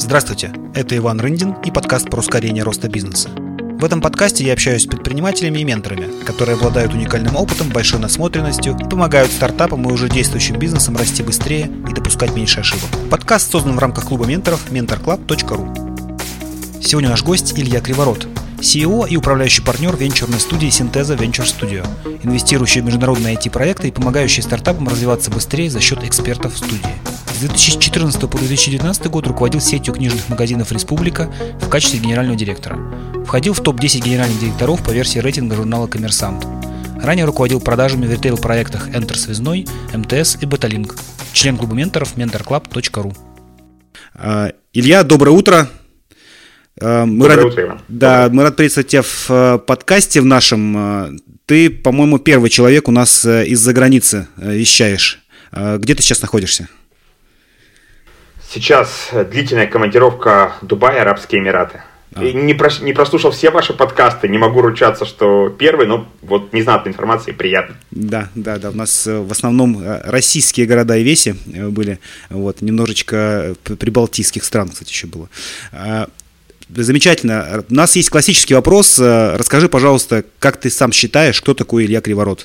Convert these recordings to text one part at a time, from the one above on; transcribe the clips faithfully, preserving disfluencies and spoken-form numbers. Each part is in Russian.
Здравствуйте, это Иван Рындин и подкаст про ускорение роста бизнеса. В этом подкасте я общаюсь с предпринимателями и менторами, которые обладают уникальным опытом, большой насмотренностью и помогают стартапам и уже действующим бизнесам расти быстрее и допускать меньше ошибок. Подкаст создан в рамках клуба менторов ментор клаб точка ру. Сегодня наш гость Илья Криворот, си и о и управляющий партнер венчурной студии Synthesa Venture Studio, инвестирующий в международные ай ти-проекты и помогающий стартапам развиваться быстрее за счет экспертов в студии. С две тысячи четырнадцатого по две тысячи девятнадцатый год руководил сетью книжных магазинов «Республика» в качестве генерального директора. Входил в топ десять генеральных директоров по версии рейтинга журнала «Коммерсант». Ранее руководил продажами в ритейл-проектах Enter Связной, эм тэ эс и Беталинк. Член клуба менторов ментор клаб точка ру. Илья, доброе утро. Мы Доброе рады, утро, Иван. Да, Доброе. Мы рады приветствовать тебя в подкасте в нашем. Ты, по-моему, первый человек у нас из-за границы вещаешь. Где ты сейчас находишься? Сейчас длительная командировка Дубай, Арабские Эмираты. А. Не, прос, не прослушал все ваши подкасты, не могу ручаться, что первый, но вот не знал этой информации, приятно. Да, да, да. У нас в основном российские города и веси были, вот, немножечко прибалтийских стран, кстати, еще было. Замечательно. У нас есть классический вопрос. Расскажи, пожалуйста, как ты сам считаешь, кто такой Илья Криворот?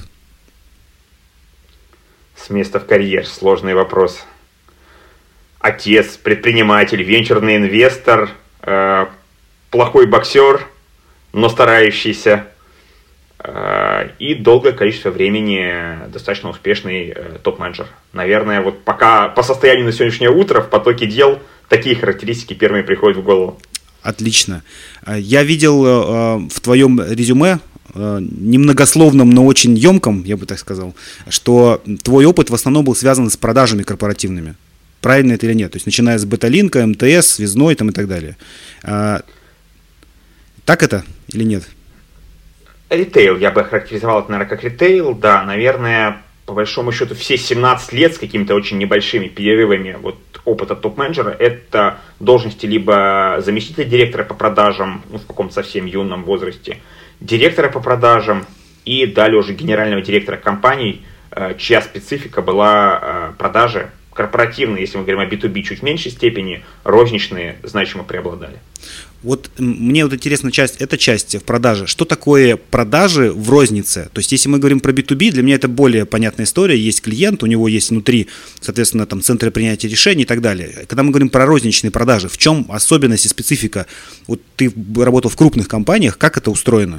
С места в карьер. Сложный вопрос. Отец, предприниматель, венчурный инвестор, э, плохой боксер, но старающийся, э, и долгое количество времени достаточно успешный э, топ-менеджер. Наверное, вот пока по состоянию на сегодняшнее утро в потоке дел такие характеристики первые приходят в голову. Отлично. Я видел э, в твоем резюме, э, немногословном, но очень емком, я бы так сказал, что твой опыт в основном был связан с продажами корпоративными. Правильно это или нет? То есть начиная с Беталинка, эм тэ эс, Связной там, и так далее. А, так это или нет? Ритейл, я бы охарактеризовал это, наверное, как ритейл. Да, наверное, по большому счету, все семнадцать лет с какими-то очень небольшими перерывами вот, опыта топ-менеджера, это должности либо заместителя директора по продажам, ну, в каком-то совсем юном возрасте, директора по продажам и далее уже генерального директора компаний, чья специфика была продажи корпоративные, если мы говорим о би ту би, чуть в меньшей степени, розничные значимо преобладали. Вот мне вот интересна часть, эта часть в продаже. Что такое продажи в рознице? То есть, если мы говорим про би ту би, для меня это более понятная история. Есть клиент, у него есть внутри, соответственно, там центры принятия решений и так далее. Когда мы говорим про розничные продажи, в чем особенность и специфика? Вот ты работал в крупных компаниях, как это устроено?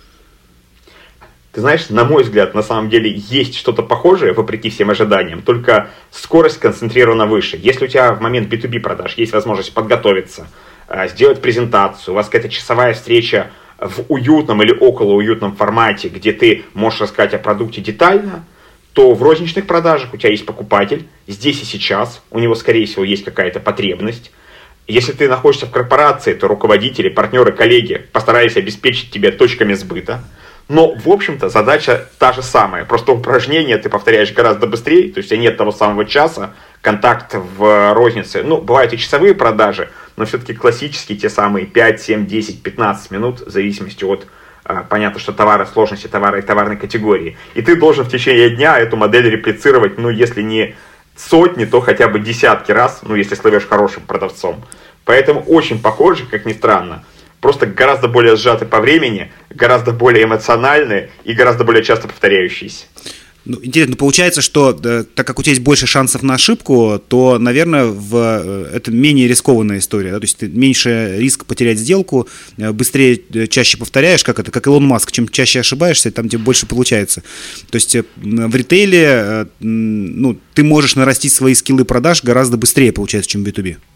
Ты знаешь, на мой взгляд, на самом деле есть что-то похожее, вопреки всем ожиданиям, только скорость концентрирована выше. Если у тебя в момент би ту би продаж есть возможность подготовиться, сделать презентацию, у вас какая-то часовая встреча в уютном или около уютном формате, где ты можешь рассказать о продукте детально, то в розничных продажах у тебя есть покупатель, здесь и сейчас, у него, скорее всего, есть какая-то потребность. Если ты находишься в корпорации, то руководители, партнеры, коллеги постарались обеспечить тебя точками сбыта. Но, в общем-то, задача та же самая. Просто упражнение ты повторяешь гораздо быстрее, то есть у тебя нет того самого часа, контакт в рознице. Ну, бывают и часовые продажи, но все-таки классические те самые пять, семь, десять, пятнадцать минут, в зависимости от, понятно, что товара, сложности товара и товарной категории. И ты должен в течение дня эту модель реплицировать, ну, если не сотни, то хотя бы десятки раз, ну, если слывешь хорошим продавцом. Поэтому очень похоже, как ни странно. Просто гораздо более сжаты по времени, гораздо более эмоциональные и гораздо более часто повторяющиеся. Ну, интересно, ну, получается, что да, так как у тебя есть больше шансов на ошибку, то, наверное, в, это менее рискованная история. Да? То есть ты меньше риск потерять сделку, быстрее, чаще повторяешь, как это, как Илон Маск. Чем чаще ошибаешься, там тебе больше получается. То есть в ритейле ну, ты можешь нарастить свои скиллы продаж гораздо быстрее, получается, чем в би ту би.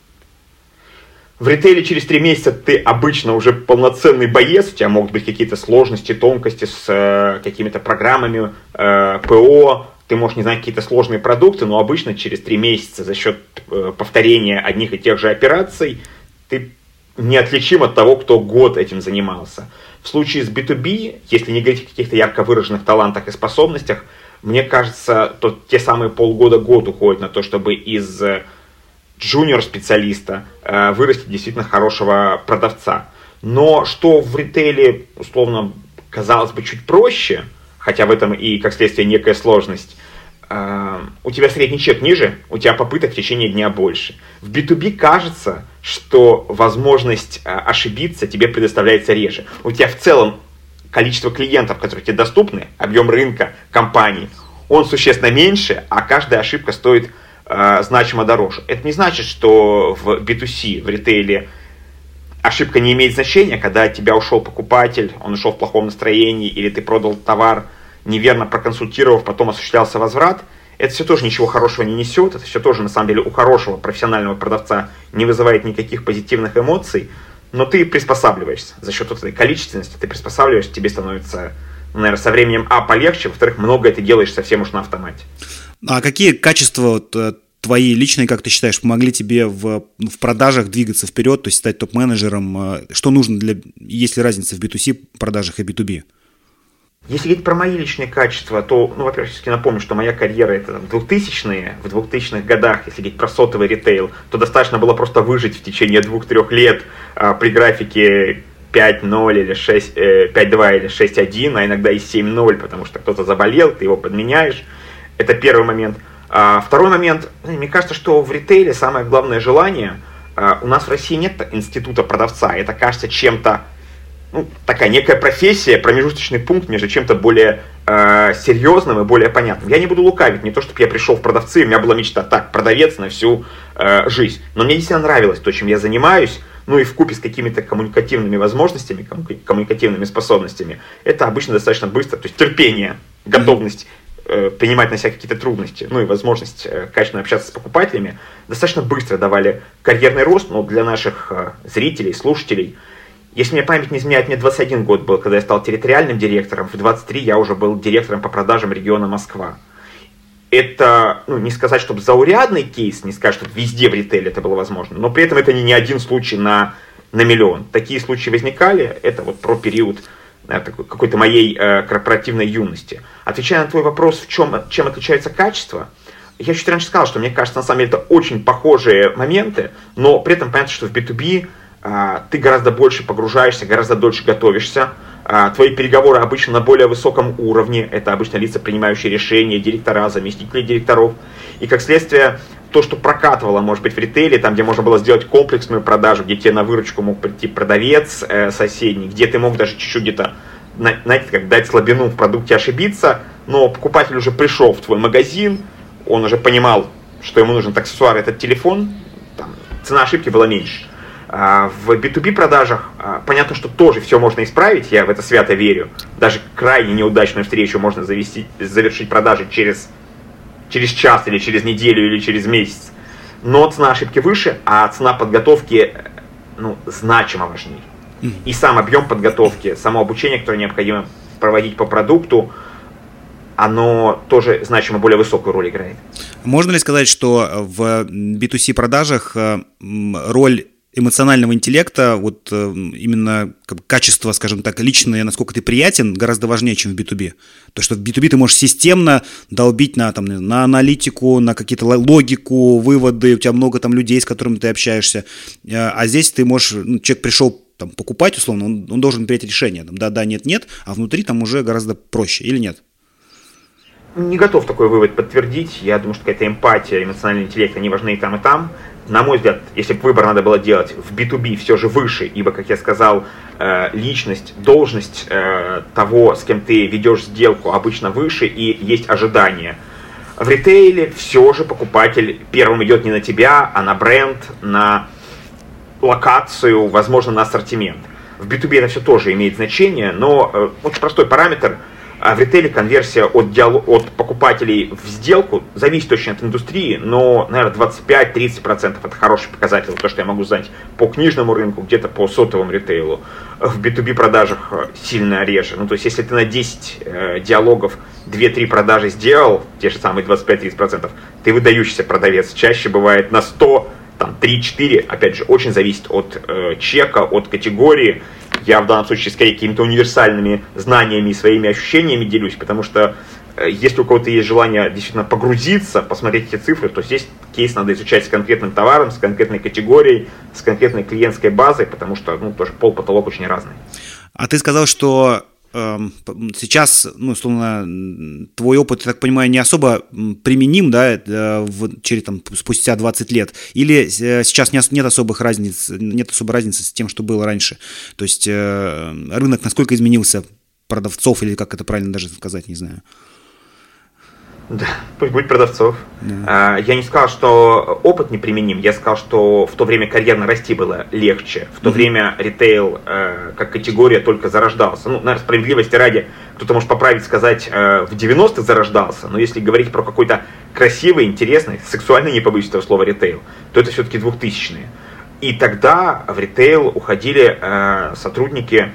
В ритейле через три месяца ты обычно уже полноценный боец, у тебя могут быть какие-то сложности, тонкости с э, какими-то программами, э, ПО, ты можешь не знать какие-то сложные продукты, но обычно через три месяца за счет э, повторения одних и тех же операций ты неотличим от того, кто год этим занимался. В случае с би ту би, если не говорить о каких-то ярко выраженных талантах и способностях, мне кажется, то те самые полгода-год уходят на то, чтобы из джуниор-специалиста э, вырастить действительно хорошего продавца. Но что в ритейле, условно, казалось бы, чуть проще, хотя в этом и, как следствие, некая сложность, э, у тебя средний чек ниже, у тебя попыток в течение дня больше. В би ту би кажется, что возможность ошибиться тебе предоставляется реже. У тебя в целом количество клиентов, которые тебе доступны, объем рынка, компаний, он существенно меньше, а каждая ошибка стоит э, значимо дороже. Это не значит, что в би ту си, в ритейле, ошибка не имеет значения, когда от тебя ушел покупатель, он ушел в плохом настроении, или ты продал товар, неверно проконсультировав, потом осуществлялся возврат. Это все тоже ничего хорошего не несет, это все тоже на самом деле у хорошего профессионального продавца не вызывает никаких позитивных эмоций, но ты приспосабливаешься. За счет этой количественности ты приспосабливаешься, тебе становится, наверное, со временем, а, полегче, во-вторых, многое ты делаешь совсем уж на автомате. А какие качества вот, твои личные, как ты считаешь, помогли тебе в, в продажах двигаться вперед, то есть стать топ-менеджером? Что нужно для, есть ли разница в би ту си продажах и би ту би? Если говорить про мои личные качества, то, ну, во-первых, все-таки напомню, что моя карьера это там, двухтысячные, в двухтысячных годах, если говорить про сотовый ритейл, то достаточно было просто выжить в течение двух-трех лет а, при графике пять ноль или шесть, э, пять два или шесть один, а иногда и семь ноль, потому что кто-то заболел, ты его подменяешь. Это первый момент. А, второй момент, мне кажется, что в ритейле самое главное желание, а, у нас в России нет института продавца, это кажется чем-то, ну, такая некая профессия, промежуточный пункт между чем-то более э, серьезным и более понятным. Я не буду лукавить, не то, чтобы я пришел в продавцы, у меня была мечта, так, продавец на всю э, жизнь. Но мне действительно нравилось то, чем я занимаюсь, ну и вкупе с какими-то коммуникативными возможностями, коммуникативными способностями, это обычно достаточно быстро, то есть терпение, готовность э, принимать на себя какие-то трудности, ну и возможность э, качественно общаться с покупателями, достаточно быстро давали карьерный рост, но для наших э, зрителей, слушателей. Если мне память не изменяет, мне двадцать один год был, когда я стал территориальным директором, в двадцать три я уже был директором по продажам региона Москва. Это, ну, не сказать, чтобы заурядный кейс, не сказать, что везде в ритейле это было возможно, но при этом это не, не один случай на, на миллион. Такие случаи возникали, это вот про период да, такой, какой-то моей э, корпоративной юности. Отвечая на твой вопрос, в чем, чем отличается качество, я чуть раньше сказал, что мне кажется, на самом деле это очень похожие моменты, но при этом понятно, что в би ту би ты гораздо больше погружаешься, гораздо дольше готовишься. Твои переговоры обычно на более высоком уровне. Это обычно лица, принимающие решения, директора, заместители директоров. И как следствие, то, что прокатывало, может быть, в ритейле, там, где можно было сделать комплексную продажу, где тебе на выручку мог прийти продавец э, соседний, где ты мог даже чуть-чуть где-то, знаете, как дать слабину в продукте, ошибиться, но покупатель уже пришел в твой магазин, он уже понимал, что ему нужен аксессуар, этот телефон, там, цена ошибки была меньше. В би ту би продажах понятно, что тоже все можно исправить, я в это свято верю. Даже крайне неудачную встречу можно завести, завершить продажи через, через час, или через неделю, или через месяц. Но цена ошибки выше, а цена подготовки, ну, значимо важнее. И сам объем подготовки, само обучение, которое необходимо проводить по продукту, оно тоже значимо более высокую роль играет. Можно ли сказать, что в би ту си продажах роль эмоционального интеллекта, вот именно как бы, качество, скажем так, личное, насколько ты приятен, гораздо важнее, чем в би ту би. То, что в би ту би ты можешь системно долбить на, там, на аналитику, на какие-то логику, выводы, у тебя много там людей, с которыми ты общаешься, а здесь ты можешь, ну, человек пришел там, покупать, условно, он, он должен принять решение, там, да-да, нет-нет, а внутри там уже гораздо проще, или нет? Не готов такой вывод подтвердить. Я думаю, что какая-то эмпатия, эмоциональный интеллект, они важны и там, и там. На мой взгляд, если бы выбор надо было делать в би ту би все же выше, ибо, как я сказал, личность, должность того, с кем ты ведешь сделку, обычно выше, и есть ожидания. В ритейле все же покупатель первым идет не на тебя, а на бренд, на локацию, возможно, на ассортимент. В би ту би это все тоже имеет значение, но очень простой параметр. В ритейле конверсия от, диалог, от покупателей в сделку зависит очень от индустрии, но, наверное, двадцать пять - тридцать процентов это хороший показатель, то, что я могу знать по книжному рынку, где-то по сотовому ритейлу. В би ту би продажах сильно реже. Ну, то есть, если ты на десять э, диалогов две-три продажи сделал, те же самые двадцать пять - тридцать процентов, ты выдающийся продавец. Чаще бывает на сто, там, три-четыре, опять же, очень зависит от э, чека, от категории. Я в данном случае скорее какими-то универсальными знаниями и своими ощущениями делюсь, потому что э, если у кого-то есть желание действительно погрузиться, посмотреть эти цифры, то здесь кейс надо изучать с конкретным товаром, с конкретной категорией, с конкретной клиентской базой, потому что, ну, тоже пол-потолок очень разный. А ты сказал, что сейчас, ну, условно, твой опыт, я так понимаю, не особо применим, да, в, через, там, спустя двадцать лет, или сейчас нет особых разниц, нет особой разницы с тем, что было раньше? То есть рынок насколько изменился продавцов, или как это правильно даже сказать, не знаю. Да, пусть будет продавцов. Да. Я не сказал, что опыт неприменим, я сказал, что в то время карьерно расти было легче, в то mm-hmm. время ритейл э, как категория только зарождался. Ну, наверное, справедливости ради, кто-то может поправить, сказать, э, в девяностых зарождался, но если говорить про какой-то красивый, интересный, сексуальный, не побоюсь этого слова, ритейл, то это все-таки двухтысячные. И тогда в ритейл уходили э, сотрудники.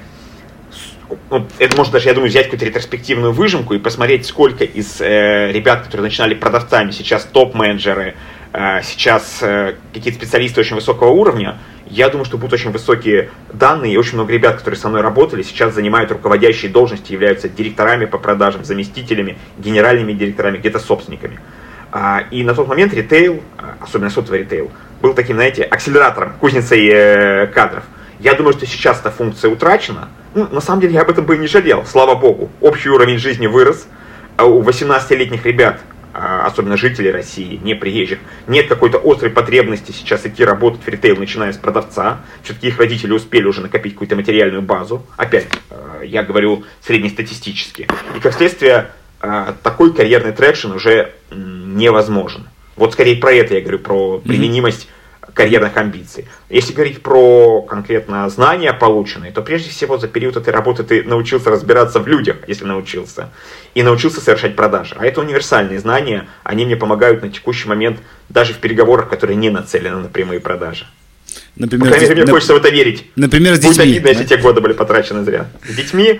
Ну, это можно даже, я думаю, взять какую-то ретроспективную выжимку и посмотреть, сколько из э, ребят, которые начинали продавцами, сейчас топ-менеджеры, э, сейчас э, какие-то специалисты очень высокого уровня. Я думаю, что будут очень высокие данные, и очень много ребят, которые со мной работали, сейчас занимают руководящие должности, являются директорами по продажам, заместителями, генеральными директорами, где-то собственниками. А, и на тот момент ритейл, особенно сотовый ритейл, был таким, знаете, акселератором, кузницей э, кадров. Я думаю, что сейчас эта функция утрачена. Ну, на самом деле я об этом бы и не жалел, слава богу. Общий уровень жизни вырос. У восемнадцатилетних ребят, особенно жителей России, не приезжих, нет какой-то острой потребности сейчас идти работать в ритейл, начиная с продавца. Все-таки их родители успели уже накопить какую-то материальную базу. Опять, я говорю среднестатистически. И как следствие, такой карьерный трекшн уже невозможен. Вот скорее про это я говорю, про применимость карьерных амбиций. Если говорить про конкретно знания полученные, то прежде всего за период этой работы ты научился разбираться в людях, если научился, и научился совершать продажи. А это универсальные знания, они мне помогают на текущий момент даже в переговорах, которые не нацелены на прямые продажи. Например, По крайней мере, мне хочется в это верить. Например, с детьми. Будет обидно, да? Если те годы были потрачены зря. С детьми,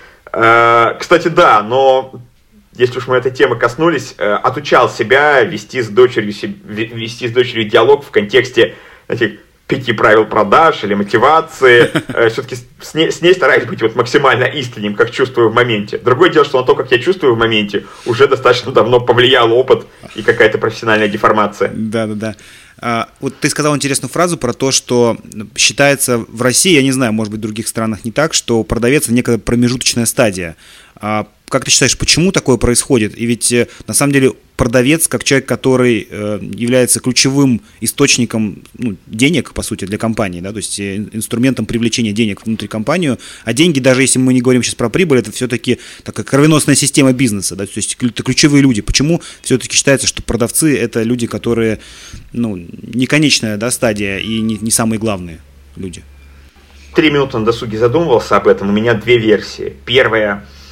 кстати, да, но... Если уж мы этой темы коснулись, э, отучал себя вести с дочерью, вести с дочерью диалог в контексте этих пяти правил продаж или мотивации. Э, все-таки с ней, с ней стараюсь быть вот максимально искренним, как чувствую в моменте. Другое дело, что на то, как я чувствую в моменте, уже достаточно давно повлиял опыт и какая-то профессиональная деформация. Да-да-да. А, вот ты сказал интересную фразу про то, что считается в России, я не знаю, может быть, в других странах не так, что продавец – это некая промежуточная стадия. А как ты считаешь, почему такое происходит? И ведь на самом деле продавец, как человек, который э, является ключевым источником ну, денег, по сути, для компании, да, то есть инструментом привлечения денег внутри компании, а деньги, даже если мы не говорим сейчас про прибыль, это все-таки такая кровеносная система бизнеса, да, то есть это ключевые люди. Почему все-таки считается, что продавцы – это люди, которые, ну, не конечная, да, стадия и не, не самые главные люди? Три минуты на досуге задумывался об этом. У меня две версии. Первая –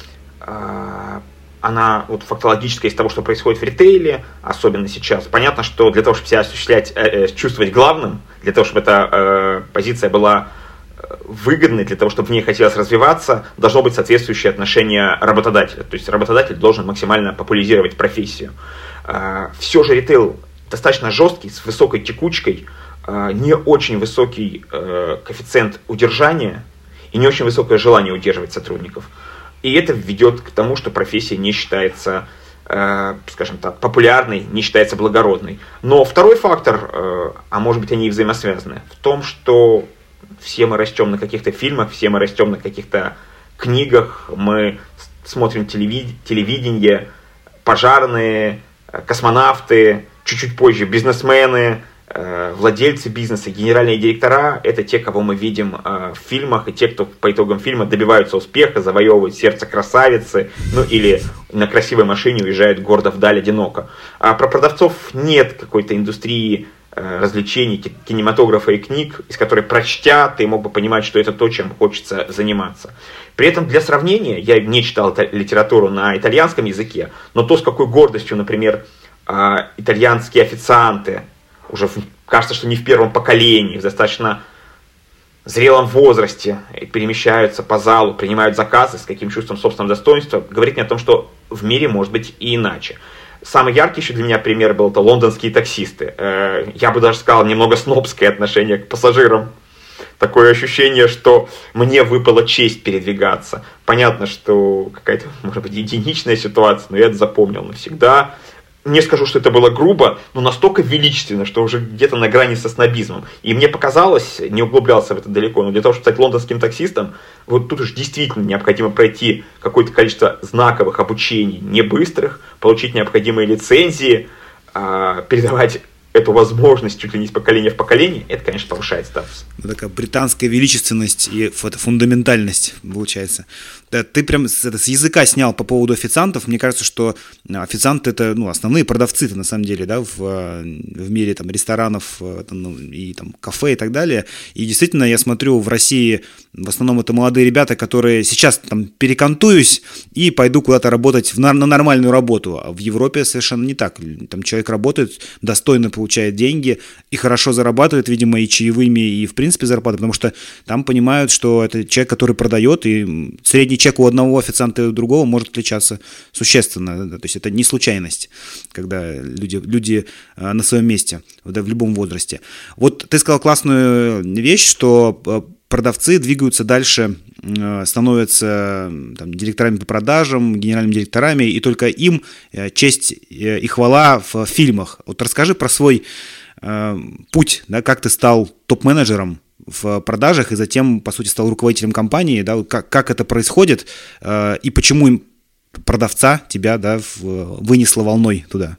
она вот фактологическая из того, что происходит в ритейле, особенно сейчас. Понятно, что для того, чтобы себя осуществлять, э, чувствовать главным, для того, чтобы эта э, позиция была выгодной, для того, чтобы в ней хотелось развиваться, должно быть соответствующее отношение работодателя. То есть работодатель должен максимально популяризировать профессию. Э, все же ритейл достаточно жесткий, с высокой текучкой, э, не очень высокий э, коэффициент удержания и не очень высокое желание удерживать сотрудников. И это ведет к тому, что профессия не считается, э, скажем так, популярной, не считается благородной. Но второй фактор, э, а может быть они и взаимосвязаны, в том, что все мы растем на каких-то фильмах, все мы растем на каких-то книгах, мы смотрим телевид- телевидение, пожарные, космонавты, чуть-чуть позже бизнесмены, владельцы бизнеса, генеральные директора – это те, кого мы видим э, в фильмах, и те, кто по итогам фильма добиваются успеха, завоевывают сердце красавицы, ну или на красивой машине уезжают гордо вдаль одиноко. А про продавцов нет какой-то индустрии э, развлечений, кинематографа и книг, из которой, прочтя, ты мог бы понимать, что это то, чем хочется заниматься. При этом для сравнения, я не читал литературу на итальянском языке, но то, с какой гордостью, например, э, итальянские официанты, уже кажется, что не в первом поколении, в достаточно зрелом возрасте перемещаются по залу, принимают заказы, с каким чувством собственного достоинства, говорит мне о том, что в мире может быть и иначе. Самый яркий еще для меня пример был это лондонские таксисты. Я бы даже сказал, немного снобское отношение к пассажирам. Такое ощущение, что мне выпала честь передвигаться. Понятно, что какая-то, может быть, единичная ситуация, но я это запомнил навсегда. не скажу, что это было грубо, но настолько величественно, что уже где-то на грани со снобизмом. И мне показалось, не углублялся в это далеко, но для того, чтобы стать лондонским таксистом, вот тут уж действительно необходимо пройти какое-то количество знаковых обучений, не быстрых, получить необходимые лицензии, передавать эту возможность чуть ли не из поколения в поколение, это, конечно, повышает статус. Такая британская величественность и фундаментальность получается. Да, ты прям с, это, с языка снял по поводу официантов. Мне кажется, что официанты это ну, основные продавцы-то на самом деле, да, в, в мире там, ресторанов там, ну, и там, кафе и так далее. И действительно, я смотрю, в России в основном это молодые ребята, которые сейчас там перекантуюсь и пойду куда-то работать в, на, на нормальную работу. А в Европе совершенно не так. Там человек работает, достойно получает деньги и хорошо зарабатывает, видимо, и чаевыми, и в принципе зарплатой, потому что там понимают, что это человек, который продает, и средний чек у одного официанта и у другого может отличаться существенно. Да? То есть это не случайность, когда люди, люди на своем месте, да, в любом возрасте. Вот ты сказал классную вещь, что продавцы двигаются дальше, становятся там, директорами по продажам, генеральными директорами, и только им честь и хвала в фильмах. Вот расскажи про свой э, путь, да, как ты стал топ-менеджером в продажах и затем, по сути, стал руководителем компании, да, как, как это происходит э, и почему им продавца тебя да, в, вынесло волной туда?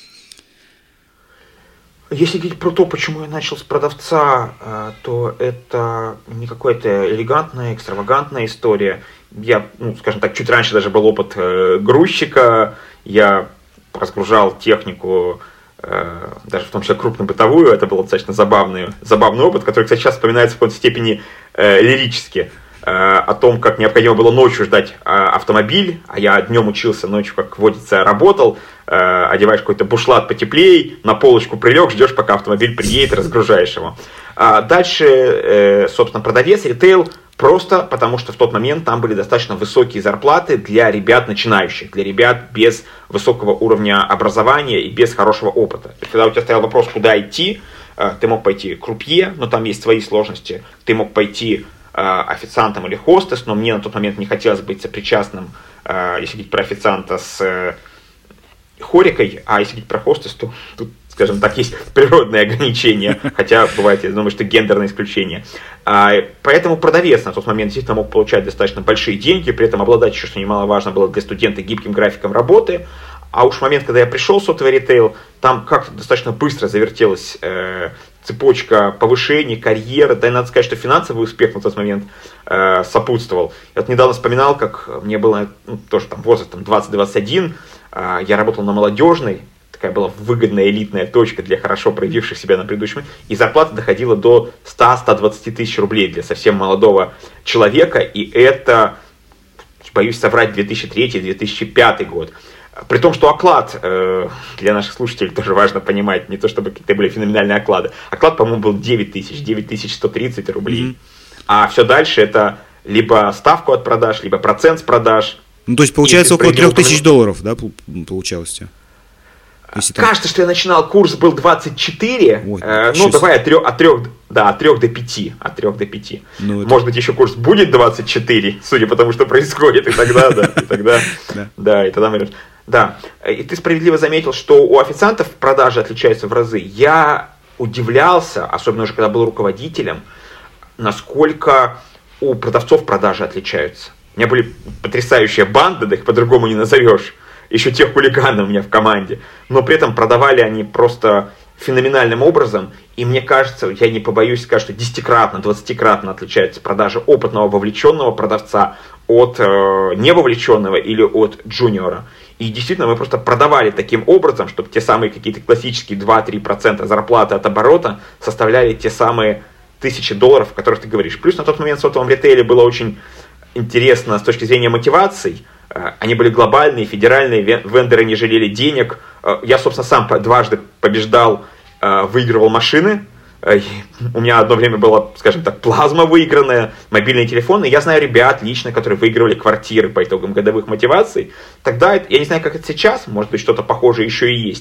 Если говорить про то, почему я начал с продавца, то это не какая-то элегантная, экстравагантная история. Я, ну, скажем так, чуть раньше даже был опыт грузчика, я разгружал технику, даже в том числе крупнобытовую, это был достаточно забавный, забавный опыт, который, кстати, сейчас вспоминается в какой-то степени э, лирически, э, о том, как необходимо было ночью ждать э, автомобиль, а я днем учился, ночью, как водится, работал, э, одеваешь какой-то бушлат потеплее, на полочку прилег, ждешь, пока автомобиль приедет, разгружаешь его. А дальше, э, собственно, продавец, ритейл, просто потому что в тот момент там были достаточно высокие зарплаты для ребят начинающих, для ребят без высокого уровня образования и без хорошего опыта. То есть, когда у тебя стоял вопрос, куда идти, ты мог пойти крупье, но там есть свои сложности. Ты мог пойти официантом или хостес, но мне на тот момент не хотелось быть сопричастным, если говорить про официанта, с хорикой, а если говорить про хостес, то тут, скажем так, есть природные ограничения, хотя бывает, я думаю, что гендерное исключение. А, поэтому продавец на тот момент действительно мог получать достаточно большие деньги, при этом обладать еще, что немаловажно было для студента, гибким графиком работы. А уж в момент, когда я пришел в сотовый ритейл, там как-то достаточно быстро завертелась э, цепочка повышений, карьеры. Да и надо сказать, что финансовый успех на тот момент э, сопутствовал. Я вот недавно вспоминал, как мне было ну, тоже там возраст там, двадцать-двадцать один, э, я работал на Молодежной, такая была выгодная элитная точка для хорошо проявивших себя на предыдущем, и зарплата доходила до сто-сто двадцать тысяч рублей для совсем молодого человека, и это, боюсь соврать, две тысячи третий - две тысячи пятый год. При том, что оклад, э, для наших слушателей тоже важно понимать, не то чтобы какие-то были феноменальные оклады, оклад, по-моему, был девять тысяч, девять тысяч сто тридцать рублей, mm-hmm. а все дальше это либо ставку от продаж, либо процент с продаж. Ну, то есть, получается, около трех тысяч долларов, да, получалось у тебя? Если кажется, там... что я начинал, курс был двадцать четыре, Ой, э, ну давай от трех, от трех, да, от трех до пяти, от трех до пяти. Ну, это... Может быть, еще курс будет двадцать четыре, судя по тому, что происходит, и тогда, да, и тогда, да, и тогда мы... Да, и ты справедливо заметил, что у официантов продажи отличаются в разы. Я удивлялся, особенно уже когда был руководителем, насколько у продавцов продажи отличаются. У меня были потрясающие банды, да их по-другому не назовешь. Еще тех хулиганов у меня в команде. Но при этом продавали они просто феноменальным образом. И мне кажется, я не побоюсь сказать, что десятикратно, двадцатикратно отличаются продажи опытного вовлеченного продавца от э, невовлеченного или от джуниора. И действительно мы просто продавали таким образом, чтобы те самые какие-то классические два-три процента зарплаты от оборота составляли те самые тысячи долларов, о которых ты говоришь. Плюс на тот момент в сотовом ритейле было очень интересно с точки зрения мотиваций. Они были глобальные, федеральные, вендоры не жалели денег. Я, собственно, сам дважды побеждал, выигрывал машины. У меня одно время была, скажем так, плазма выигранная, мобильные телефоны. Я знаю ребят лично, которые выигрывали квартиры по итогам годовых мотиваций. Тогда, я не знаю, как это сейчас, может быть, что-то похожее еще и есть.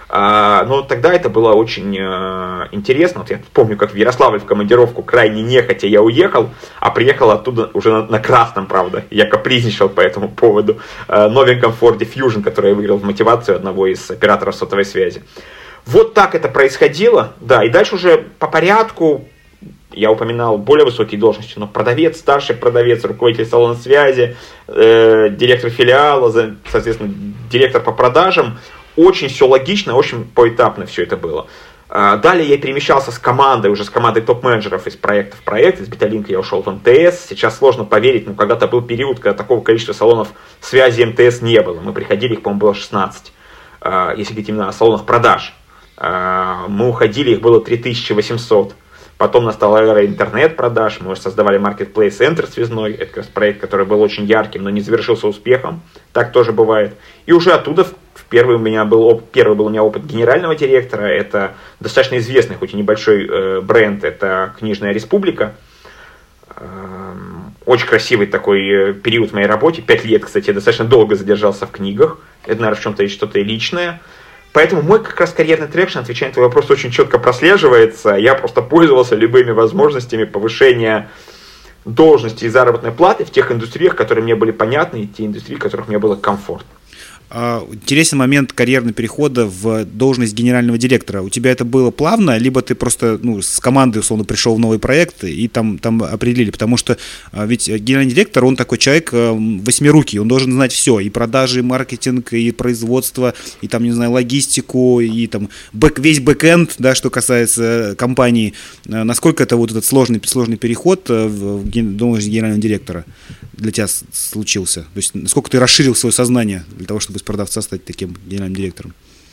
Но тогда это было очень интересно. Вот я помню, как в Ярославль в командировку крайне нехотя я уехал, а приехал оттуда уже на, на красном, правда. Я капризничал по этому поводу. Новеньком Ford Fusion, который я выиграл в мотивацию одного из операторов сотовой связи. Вот так это происходило. Да, и дальше уже по порядку я упоминал более высокие должности, но продавец, старший продавец, руководитель салона связи, э, директор филиала, соответственно, директор по продажам. Очень все логично, очень поэтапно все это было. Далее я перемещался с командой, уже с командой топ-менеджеров из проекта в проект. Из Беталинка я ушел в эм тэ эс. Сейчас сложно поверить, но когда-то был период, когда такого количества салонов связи эм тэ эс не было. Мы приходили, их, по-моему, было шестнадцать, если говорить именно о салонах продаж. Мы уходили, их было три тысячи восемьсот. Потом настала эра интернет-продаж, мы уже создавали Marketplace Enter связной. Это как раз проект, который был очень ярким, но не завершился успехом. Так тоже бывает. И уже оттуда Первый у меня был, первый был у меня опыт генерального директора. Это достаточно известный, хоть и небольшой э, бренд. Это «Книжная республика». Э, очень красивый такой период в моей работе. Пять лет, кстати, я достаточно долго задержался в книгах. Это, наверное, в чем-то есть что-то личное. Поэтому мой как раз карьерный трекшн, отвечая на твой вопрос, очень четко прослеживается. Я просто пользовался любыми возможностями повышения должности и заработной платы в тех индустриях, которые мне были понятны, и те индустрии, в которых мне было комфортно. Интересный момент карьерного перехода в должность генерального директора. У тебя это было плавно, либо ты просто ну, с командой, условно, пришел в новый проект и там, там определили? Потому что ведь генеральный директор, он такой человек восьмирукий, он должен знать все, и продажи, и маркетинг, и производство, и там, не знаю, логистику, и там бэк, весь бэкэнд, да, что касается компании. Насколько это вот этот сложный, сложный переход в должность генерального директора для тебя случился? То есть насколько ты расширил свое сознание для того, чтобы из продавца стать таким генеральным директором?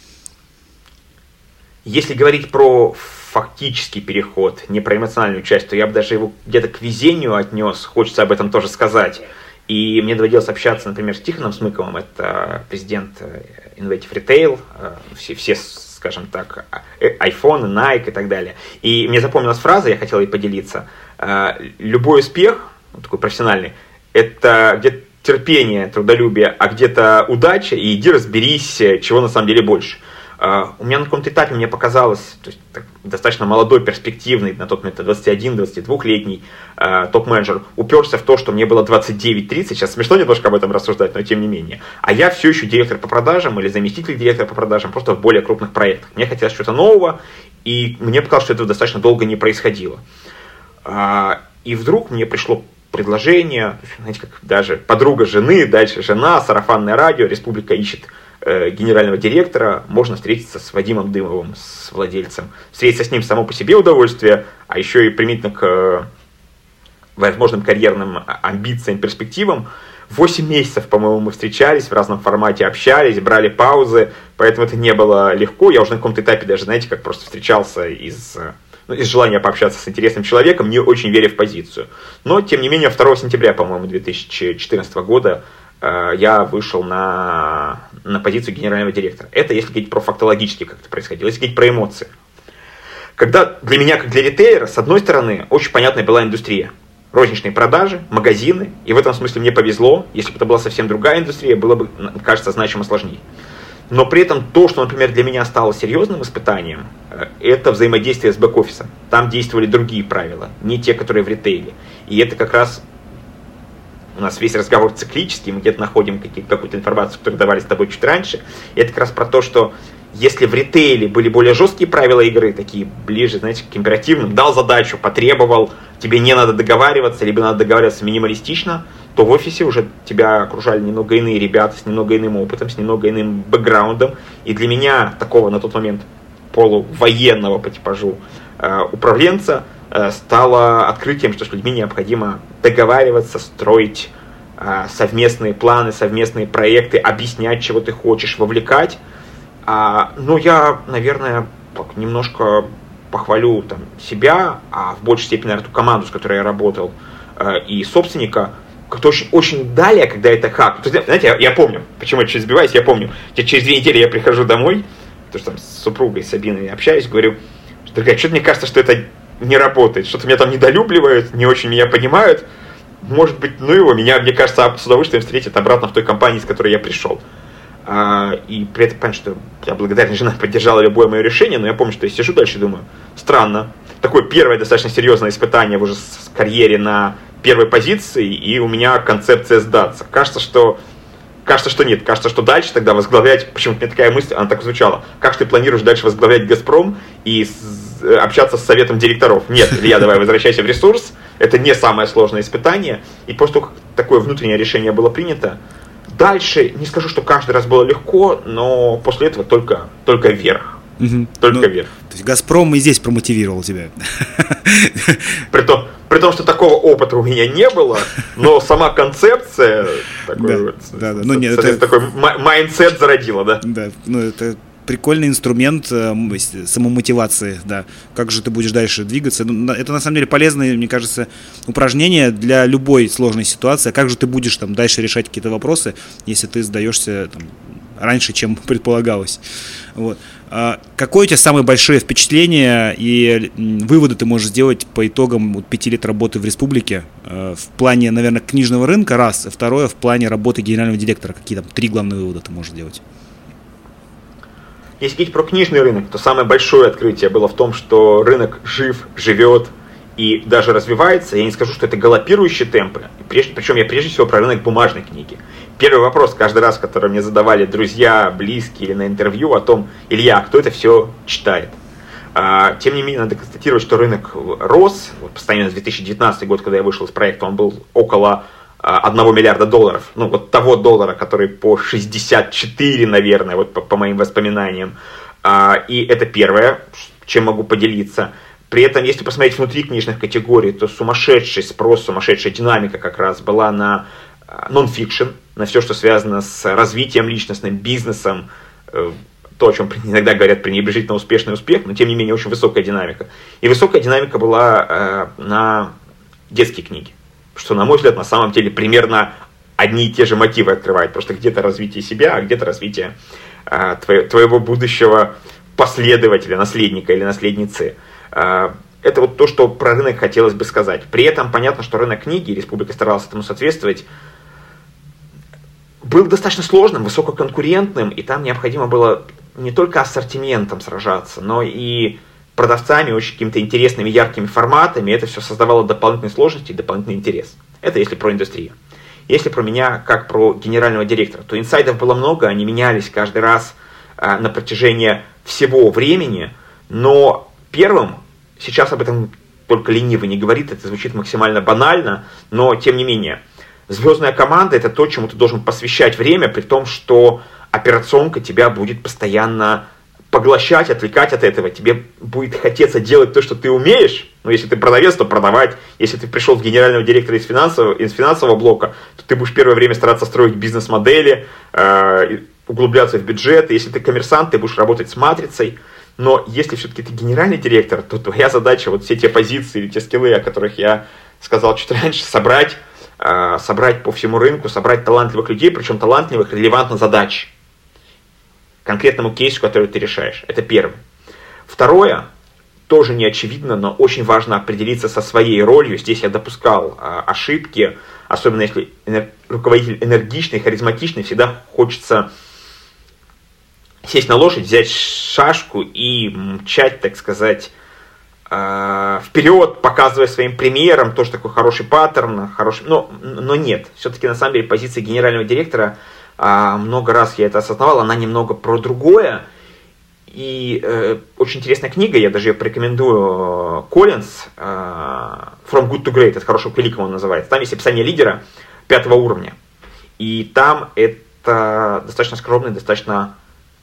Если говорить про фактический переход, не про эмоциональную часть, то я бы даже его где-то к везению отнес, хочется об этом тоже сказать. И мне доводилось общаться, например, с Тихоном Смыковым, это президент Innovative Retail, все, все, скажем так, iPhone, Nike и так далее. И мне запомнилась фраза, я хотел ей поделиться. Любой успех, такой профессиональный, это где-то терпение, трудолюбие, а где-то удача, и иди разберись, чего на самом деле больше. Uh, у меня на каком-то этапе мне показалось, то есть, так, достаточно молодой, перспективный, на тот момент двадцать один - двадцать двухлетний uh, топ-менеджер, уперся в то, что мне было двадцать девять - тридцать, сейчас смешно немножко об этом рассуждать, но тем не менее. А я все еще директор по продажам или заместитель директора по продажам, просто в более крупных проектах. Мне хотелось что-то нового, и мне показалось, что этого достаточно долго не происходило. Uh, и вдруг мне пришло предложение, знаете, как даже подруга жены, дальше жена, сарафанное радио, республика ищет э, генерального директора, можно встретиться с Вадимом Дымовым, с владельцем. Встретиться с ним само по себе удовольствие, а еще и применительно к э, возможным карьерным амбициям, перспективам. Восемь месяцев, по-моему, мы встречались, в разном формате общались, брали паузы, поэтому это не было легко. Я уже на каком-то этапе даже, знаете, как просто встречался из... Ну, из желания пообщаться с интересным человеком, не очень веря в позицию. Но, тем не менее, второго сентября, по-моему, две тысячи четырнадцатого года э, я вышел на, на позицию генерального директора. Это если говорить про фактологически, как это происходило, если говорить про эмоции. Когда для меня, как для ритейлера, с одной стороны, очень понятная была индустрия. Розничные продажи, магазины. И в этом смысле мне повезло. Если бы это была совсем другая индустрия, было бы, кажется, значимо сложнее. Но при этом то, что, например, для меня стало серьезным испытанием, это взаимодействие с бэк-офисом. Там действовали другие правила, не те, которые в ритейле. И это как раз у нас весь разговор циклический, мы где-то находим какую-то информацию, которую давали с тобой чуть раньше. И это как раз про то, что если в ритейле были более жесткие правила игры, такие ближе, знаете, к императивным, дал задачу, потребовал, тебе не надо договариваться, либо надо договариваться минималистично, то в офисе уже тебя окружали немного иные ребята с немного иным опытом, с немного иным бэкграундом. И для меня, такого на тот момент полувоенного по типажу э, управленца, э, стало открытием, что с людьми необходимо договариваться, строить э, совместные планы, совместные проекты, объяснять, чего ты хочешь, вовлекать. А, ну, я, наверное, немножко похвалю там, себя, а в большей степени, наверное, ту команду, с которой я работал, э, и собственника, как-то очень, очень далее, когда это хак. То есть, знаете, я, я помню, почему я чуть сбиваюсь, я помню, через две недели я прихожу домой, потому что там с супругой Сабиной общаюсь, говорю, что, дорогая, что-то мне кажется, что это не работает, что-то меня там недолюбливают, не очень меня понимают, может быть, ну его, меня, мне кажется, с удовольствием встретят обратно в той компании, с которой я пришел. И при этом понятно, что я благодарен, жена поддержала любое мое решение, но я помню, что я сижу дальше и думаю, странно. Такое первое достаточно серьезное испытание в уже с карьере на первой позиции, и у меня концепция сдаться. Кажется, что Кажется, что нет. Кажется, что дальше тогда возглавлять... Почему-то у меня такая мысль, она так звучала. Как ты планируешь дальше возглавлять «Газпром» и с, общаться с советом директоров? Нет, Илья, давай возвращайся в ресурс. Это не самое сложное испытание. И после того, как такое внутреннее решение было принято, дальше, не скажу, что каждый раз было легко, но после этого только, только вверх. Угу. Только ну, вверх. То есть «Газпром» и здесь промотивировал тебя. При том, при том, что такого опыта у меня не было, но сама концепция такой, да, вот, да, да. Ну, нет, это... такой майндсет зародила, да? Да, ну это прикольный инструмент э, самомотивации, да. Как же ты будешь дальше двигаться? Это на самом деле полезное, мне кажется, упражнение для любой сложной ситуации. Как же ты будешь там дальше решать какие-то вопросы, если ты сдаешься там раньше, чем предполагалось. Вот. А какое у тебя самое большое впечатление и выводы ты можешь сделать по итогам вот, пяти лет работы в республике э, в плане, наверное, книжного рынка, раз, и второе, в плане работы генерального директора? Какие там три главные вывода ты можешь делать? Если говорить про книжный рынок, то самое большое открытие было в том, что рынок жив, живет и даже развивается. Я не скажу, что это галопирующие темпы. Причем я прежде всего про рынок бумажной книги. Первый вопрос каждый раз, который мне задавали друзья, близкие или на интервью о том, Илья, кто это все читает. А, тем не менее, надо констатировать, что рынок рос. Вот, постоянно с две тысячи девятнадцатый год, когда я вышел из проекта, он был около а, одного миллиарда долларов. Ну, вот того доллара, который по шестьдесят четыре, наверное, вот по, по моим воспоминаниям. А, и это первое, чем могу поделиться. При этом, если посмотреть внутри книжных категорий, то сумасшедший спрос, сумасшедшая динамика как раз была на нон-фикшн, на все, что связано с развитием личностным, бизнесом, то, о чем иногда говорят пренебрежительно успешный успех, но тем не менее очень высокая динамика. И высокая динамика была на детские книги, что, на мой взгляд, на самом деле примерно одни и те же мотивы открывает. Просто где-то развитие себя, а где-то развитие твоего будущего последователя, наследника или наследницы. Это вот то, что про рынок хотелось бы сказать. При этом понятно, что рынок книги, республика старалась этому соответствовать, был достаточно сложным, высококонкурентным, и там необходимо было не только ассортиментом сражаться, но и продавцами, очень какими-то интересными, яркими форматами. Это все создавало дополнительные сложности и дополнительный интерес. Это если про индустрию. Если про меня, как про генерального директора, то инсайдов было много, они менялись каждый раз а, на протяжении всего времени, но первым, сейчас об этом только ленивый не говорит, это звучит максимально банально, но тем не менее, звездная команда — это то, чему ты должен посвящать время, при том, что операционка тебя будет постоянно поглощать, отвлекать от этого. Тебе будет хотеться делать то, что ты умеешь. Ну, если ты продавец, то продавать. Если ты пришел в генерального директора из финансового, из финансового блока, то ты будешь первое время стараться строить бизнес-модели, э, углубляться в бюджет. Если ты коммерсант, ты будешь работать с матрицей. Но если все-таки ты генеральный директор, то твоя задача вот все те позиции или те скиллы, о которых я сказал чуть раньше, собрать, э, собрать по всему рынку, собрать талантливых людей, причем талантливых релевантно задачи, конкретному кейсу, который ты решаешь. Это первое. Второе, тоже не очевидно, но очень важно определиться со своей ролью. Здесь я допускал э, ошибки, особенно если энер- руководитель энергичный, харизматичный, всегда хочется сесть на лошадь, взять шашку и мчать, так сказать, э, вперед, показывая своим примером тоже такой хороший паттерн, хороший, но, но нет. Все-таки на самом деле позиция генерального директора, э, много раз я это осознавал, она немного про другое. И э, очень интересная книга, я даже ее порекомендую, Коллинз, э, From Good to Great, от хорошего к великому он называется. Там есть описание лидера пятого уровня. И там это достаточно скромный, достаточно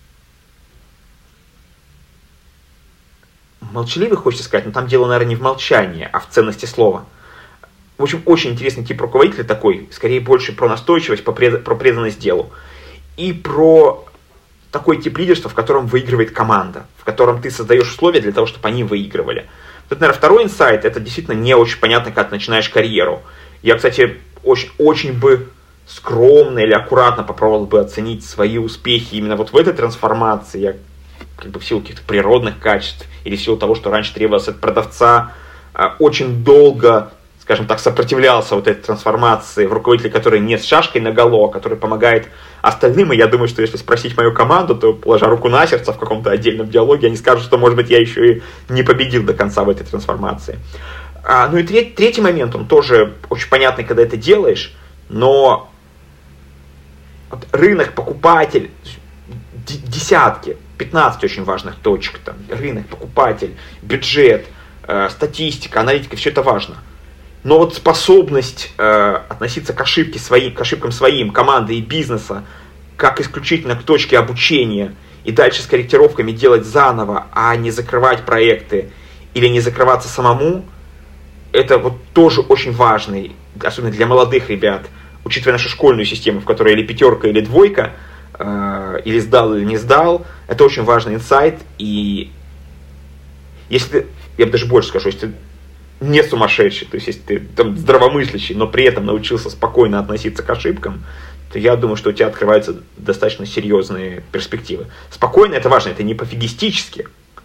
молчаливый, хочется сказать, но там дело, наверное, не в молчании, а в ценности слова. В общем, очень интересный тип руководителя такой, скорее больше про настойчивость, про преданность делу. И про такой тип лидерства, в котором выигрывает команда, в котором ты создаешь условия для того, чтобы они выигрывали. Тут, наверное, второй инсайт, это действительно не очень понятно, как ты начинаешь карьеру. Я, кстати, очень, очень бы скромно или аккуратно попробовал бы оценить свои успехи именно вот в этой трансформации. Я как бы в силу каких-то природных качеств или в силу того, что раньше требовалось от продавца очень долго скажем так, сопротивлялся вот этой трансформации, в руководителе, который не с шашкой наголо, а который помогает остальным. И я думаю, что если спросить мою команду, то, положа руку на сердце в каком-то отдельном диалоге, они скажут, что, может быть, я еще и не победил до конца в этой трансформации. А, ну и треть, третий момент, он тоже очень понятный, когда это делаешь, но вот рынок, покупатель, десятки, пятнадцать очень важных точек, там, рынок, покупатель, бюджет, э, статистика, аналитика, все это важно. Но вот способность э, относиться к, ошибке своим, к ошибкам своим, команды и бизнеса, как исключительно к точке обучения, и дальше с корректировками делать заново, а не закрывать проекты или не закрываться самому, это вот тоже очень важный, особенно для молодых ребят, учитывая нашу школьную систему, в которой или пятерка, или двойка, э, или сдал, или не сдал, это очень важный инсайт. И если ты, я бы даже больше скажу, если ты не сумасшедший, то есть если ты там здравомыслящий, но при этом научился спокойно относиться к ошибкам, то я думаю, что у тебя открываются достаточно серьезные перспективы. Спокойно это важно, это не пофигистически,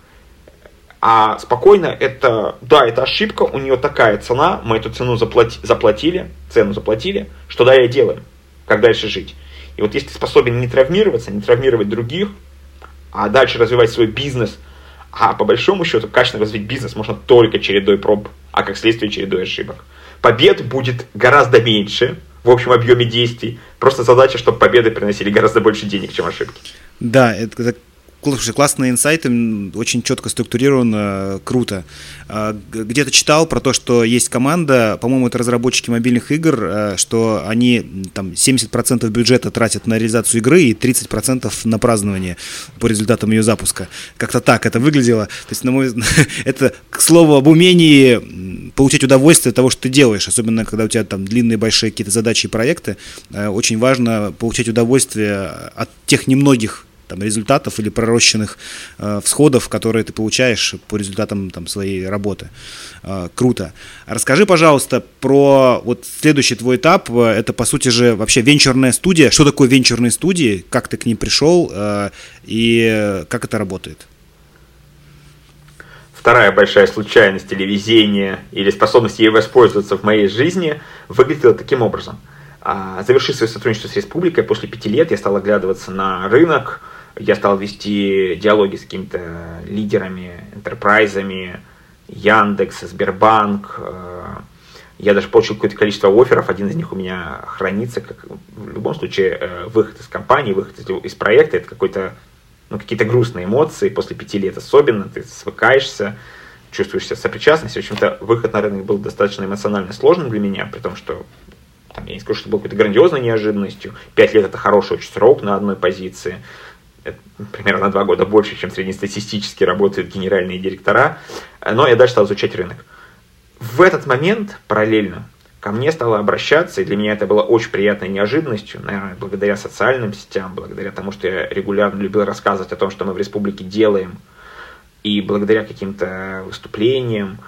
а спокойно это, да, это ошибка, у нее такая цена, мы эту цену заплати, заплатили, цену заплатили, что далее делаем, как дальше жить. И вот если ты способен не травмироваться, не травмировать других, а дальше развивать свой бизнес, а по большому счету качественно развить бизнес можно только чередой проб, а как следствие чередой ошибок. Побед будет гораздо меньше в общем объеме действий, просто задача, чтобы победы приносили гораздо больше денег, чем ошибки. Да, это, это классные инсайты, очень четко структурировано, круто. Где-то читал про то, что есть команда, по-моему, это разработчики мобильных игр, что они там семьдесят процентов бюджета тратят на реализацию игры и тридцать процентов на празднование по результатам ее запуска. Как-то так это выглядело. То есть, на мой взгляд, это, к слову, об умении получить удовольствие от того, что ты делаешь, особенно когда у тебя там длинные, большие какие-то задачи и проекты. Очень важно получать удовольствие от тех немногих там, результатов или пророщенных э, всходов, которые ты получаешь по результатам там, своей работы. Э, круто. Расскажи, пожалуйста, про вот следующий твой этап. Это, по сути же, вообще венчурная студия. Что такое венчурные студии? Как ты к ним пришел э, и как это работает? Вторая большая случайность или везение, или способность ей воспользоваться в моей жизни выглядела таким образом. Завершив свое сотрудничество с республикой, после пяти лет я стал оглядываться на рынок, я стал вести диалоги с какими-то лидерами, энтерпрайзами, Яндекс, Сбербанк. Я даже получил какое-то количество офферов, один из них у меня хранится, как в любом случае выход из компании, выход из, из проекта, это какой-то, ну, какие-то грустные эмоции после пяти лет особенно, ты свыкаешься, чувствуешь себя сопричастностью. В общем-то, выход на рынок был достаточно эмоционально сложным для меня, при том, что там, я не скажу, что это было какой-то грандиозной неожиданностью. Пять лет это хороший очень срок на одной позиции. Это примерно на два года больше, чем среднестатистически работают генеральные директора. Но я дальше стал изучать рынок. В этот момент параллельно ко мне стало обращаться, и для меня это было очень приятной неожиданностью, наверное, благодаря социальным сетям, благодаря тому, что я регулярно любил рассказывать о том, что мы в республике делаем, и благодаря каким-то выступлениям,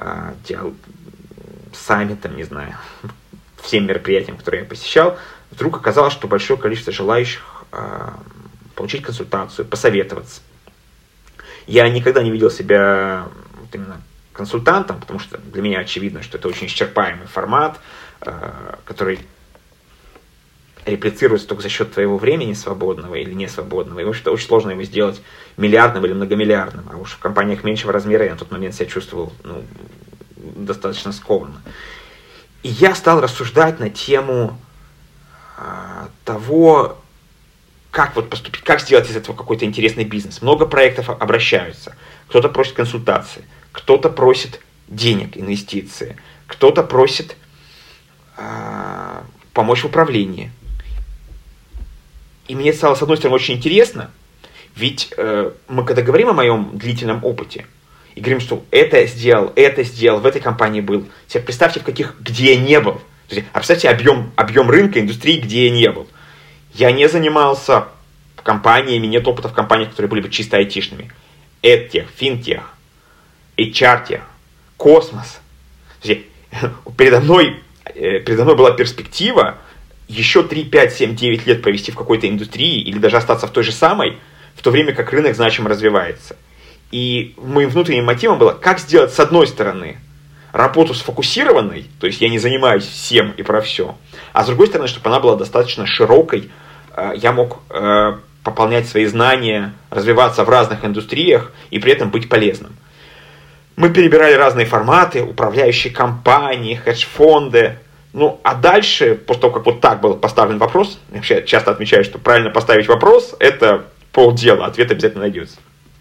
саммитам, не знаю, всем мероприятиям, которые я посещал, вдруг оказалось, что большое количество желающих э, получить консультацию, посоветоваться. Я никогда не видел себя вот именно консультантом, потому что для меня очевидно, что это очень исчерпаемый формат, э, который реплицируется только за счет твоего времени свободного или несвободного. И, в общем-то, очень сложно его сделать миллиардным или многомиллиардным. А уж в компаниях меньшего размера я на тот момент себя чувствовал ну, достаточно скованно. И я стал рассуждать на тему э, того, как вот поступить, как сделать из этого какой-то интересный бизнес. Много проектов обращаются. Кто-то просит консультации, кто-то просит денег, инвестиции, кто-то просит э, помочь в управлении. И мне стало, с одной стороны, очень интересно, ведь э, мы, когда говорим о моем длительном опыте, и говорим, что это сделал, это сделал, в этой компании был. Теперь представьте, в каких, где я не был. То есть, а представьте объем, объем рынка, индустрии, где я не был. Я не занимался компаниями, нет опыта в компаниях, которые были бы чисто айтишными. Эдтех, финтех, эйч ар-тех, космос. То есть, передо мной, передо мной была перспектива еще три, пять, семь, девять лет провести в какой-то индустрии или даже остаться в той же самой, в то время как рынок значимо развивается. И моим внутренним мотивом было, как сделать с одной стороны работу сфокусированной, то есть я не занимаюсь всем и про все, а с другой стороны, чтобы она была достаточно широкой, я мог пополнять свои знания, развиваться в разных индустриях и при этом быть полезным. Мы перебирали разные форматы, управляющие компании, хедж-фонды. Ну, а дальше, после того, как вот так был поставлен вопрос, я вообще часто отмечаю, что правильно поставить вопрос – это полдела, ответ обязательно найдется.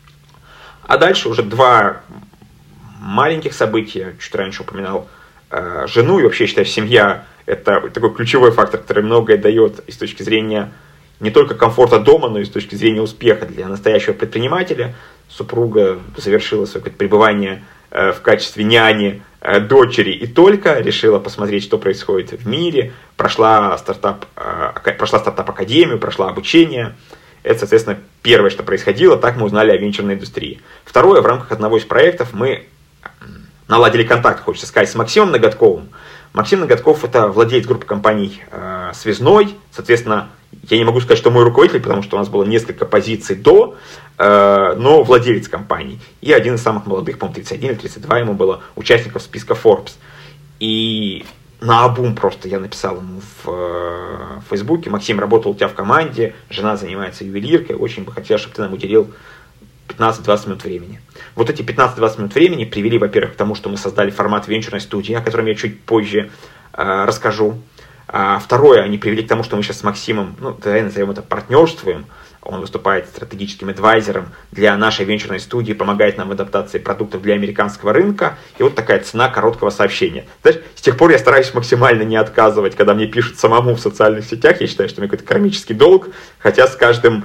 А дальше уже два маленьких события, чуть раньше упоминал э, жену, и вообще, я считаю, семья – это такой ключевой фактор, который многое дает и с точки зрения не только комфорта дома, но и с точки зрения успеха для настоящего предпринимателя. Супруга завершила свое пребывание в качестве няни дочери и только решила посмотреть, что происходит в мире, прошла стартап, прошла стартап-академию, прошла обучение. Это, соответственно, первое, что происходило, так мы узнали о венчурной индустрии. Второе, в рамках одного из проектов мы наладили контакт, хочется сказать, с Максимом Ноготковым. Максим Ноготков – это владелец группы компаний э, «Связной». Соответственно, я не могу сказать, что мой руководитель, потому что у нас было несколько позиций до, э, но владелец компании. И один из самых молодых, по-моему, тридцать один или тридцать два ему было, участников списка Forbes. И наобум просто я написал ему в, э, в Фейсбуке: Максим, работал у тебя в команде, жена занимается ювелиркой, очень бы хотел, чтобы ты нам уделил пятнадцать-двадцать минут времени. Вот эти пятнадцать-двадцать минут времени привели, во-первых, к тому, что мы создали формат венчурной студии, о котором я чуть позже э, расскажу. А второе, они привели к тому, что мы сейчас с Максимом, ну, давай назовем это партнерствуем. Он выступает стратегическим адвайзером для нашей венчурной студии, помогает нам в адаптации продуктов для американского рынка. И вот такая цена короткого сообщения. Знаешь, с тех пор я стараюсь максимально не отказывать, когда мне пишут самому в социальных сетях. Я считаю, что у меня какой-то кармический долг, хотя с каждым,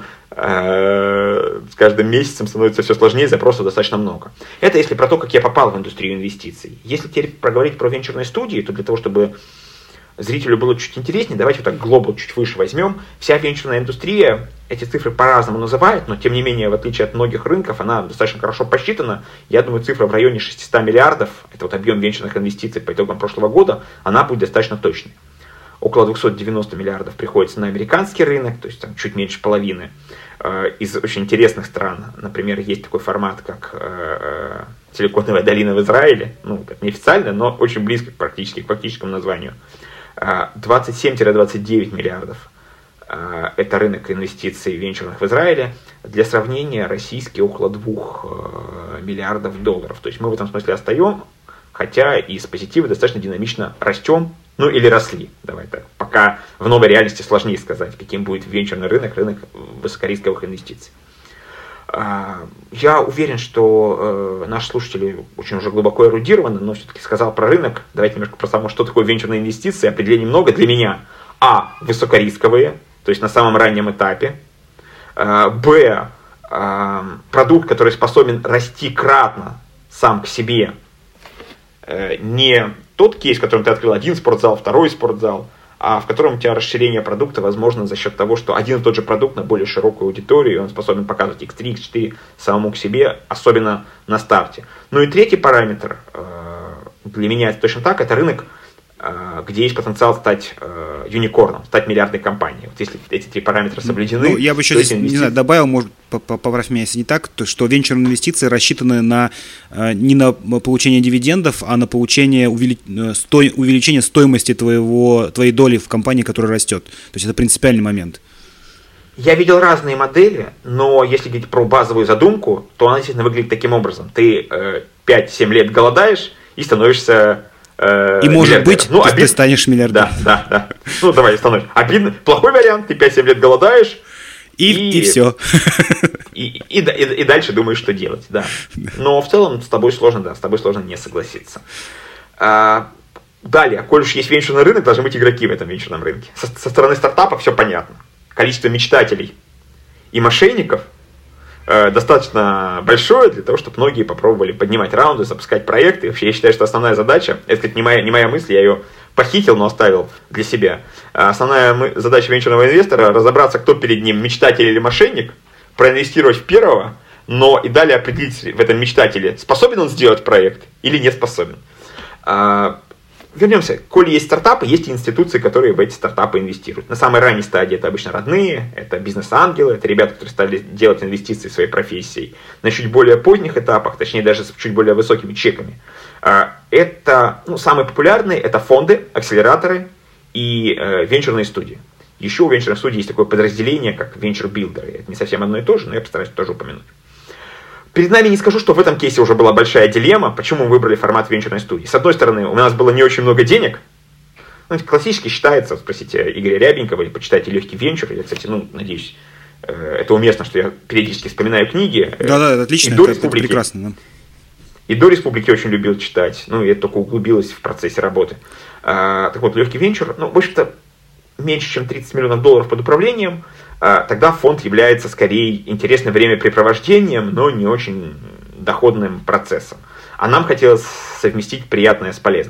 э, с каждым месяцем становится все сложнее, запросов достаточно много. Это если про то, как я попал в индустрию инвестиций. Если теперь проговорить про венчурные студии, то для того, чтобы зрителю было чуть интереснее, давайте вот так глобал чуть выше возьмем. Вся венчурная индустрия, эти цифры по-разному называют, но тем не менее, в отличие от многих рынков, она достаточно хорошо посчитана. Я думаю, цифра в районе шестьсот миллиардов, это вот объем венчурных инвестиций по итогам прошлого года, она будет достаточно точной. Около двести девяносто миллиардов приходится на американский рынок, то есть там чуть меньше половины. Из очень интересных стран, например, есть такой формат, как э, Силиконовая долина в Израиле, ну, это неофициально, но очень близко практически к фактическому названию. двадцать семь-двадцать девять миллиардов. Это рынок инвестиций венчурных в Израиле. Для сравнения, российский около двух миллиардов долларов. То есть мы в этом смысле остаем, хотя и с позитива достаточно динамично растем, ну или росли. Давай так. Пока в новой реальности сложнее сказать, каким будет венчурный рынок, рынок высокорисковых инвестиций. Я уверен, что э, наши слушатели очень уже глубоко эрудированы, но все-таки сказал про рынок. Давайте немножко про само, что такое венчурные инвестиции. Определений много для меня. А. Высокорисковые, то есть на самом раннем этапе. Э, Б. Э, продукт, который способен расти кратно сам к себе. Э, не тот кейс, в котором ты открыл один спортзал, второй спортзал, а в котором у тебя расширение продукта возможно за счет того, что один и тот же продукт на более широкую аудиторию, и он способен показывать икс три, икс четыре самому к себе, особенно на старте. Ну и третий параметр, для меня это точно так, это рынок, где есть потенциал стать юникорном, стать миллиардной компанией. Вот если эти три параметра соблюдены... Ну, я бы еще здесь, инвестиции... не знаю, добавил, может, поправь меня, если не так, то, что венчурные инвестиции рассчитаны на, не на получение дивидендов, а на получение увели... сто... увеличения стоимости твоего... твоей доли в компании, которая растет. То есть это принципиальный момент. Я видел разные модели, но если говорить про базовую задумку, то она, естественно, выглядит таким образом. Ты э, пять-семь лет голодаешь и становишься... И может быть, ну, обид... ты станешь миллиардером. Да, да, да. Ну, давай, становишься. Обидно. Плохой вариант, ты пять-семь лет голодаешь. И, и... и все. И, и, и, и дальше думаешь, что делать, да. Но в целом с тобой сложно, да, с тобой сложно не согласиться. А, далее, коль уж есть венчурный рынок, должны быть игроки в этом венчурном рынке. Со, со стороны стартапа все понятно. Количество мечтателей и мошенников достаточно большое для того, чтобы многие попробовали поднимать раунды, запускать проекты. Вообще, я считаю, что основная задача, это, кстати, не моя, не моя мысль, я ее похитил, но оставил для себя. Основная мы, задача венчурного инвестора — разобраться, кто перед ним, мечтатель или мошенник, проинвестировать в первого, но и далее определить в этом мечтателе, способен он сделать проект или не способен. вернемся. Коли есть стартапы, есть и институции, которые в эти стартапы инвестируют. На самой ранней стадии это обычно родные, это бизнес-ангелы, это ребята, которые стали делать инвестиции в своей профессии. На чуть более поздних этапах, точнее даже с чуть более высокими чеками, это, ну, самые популярные, это фонды, акселераторы и э, венчурные студии. Еще у венчурных студий есть такое подразделение, как Venture Builder. Это не совсем одно и то же, но я постараюсь тоже упомянуть. Перед нами не скажу, что в этом кейсе уже была большая дилемма, почему мы выбрали формат венчурной студии. С одной стороны, у нас было не очень много денег. Ну, классически считается, спросите Игоря Рябенького или почитайте «Легкий венчур». Я, кстати, ну, надеюсь, это уместно, что я периодически вспоминаю книги. Да-да, отлично, это, это прекрасно. Да. И до республики очень любил читать. Ну, и это только углубилось в процессе работы. А, так вот, «Легкий венчур», ну, в общем-то, меньше, чем тридцать миллионов долларов под управлением, а, тогда фонд является скорее интересным времяпрепровождением, но не очень доходным процессом. А нам хотелось совместить приятное с полезным.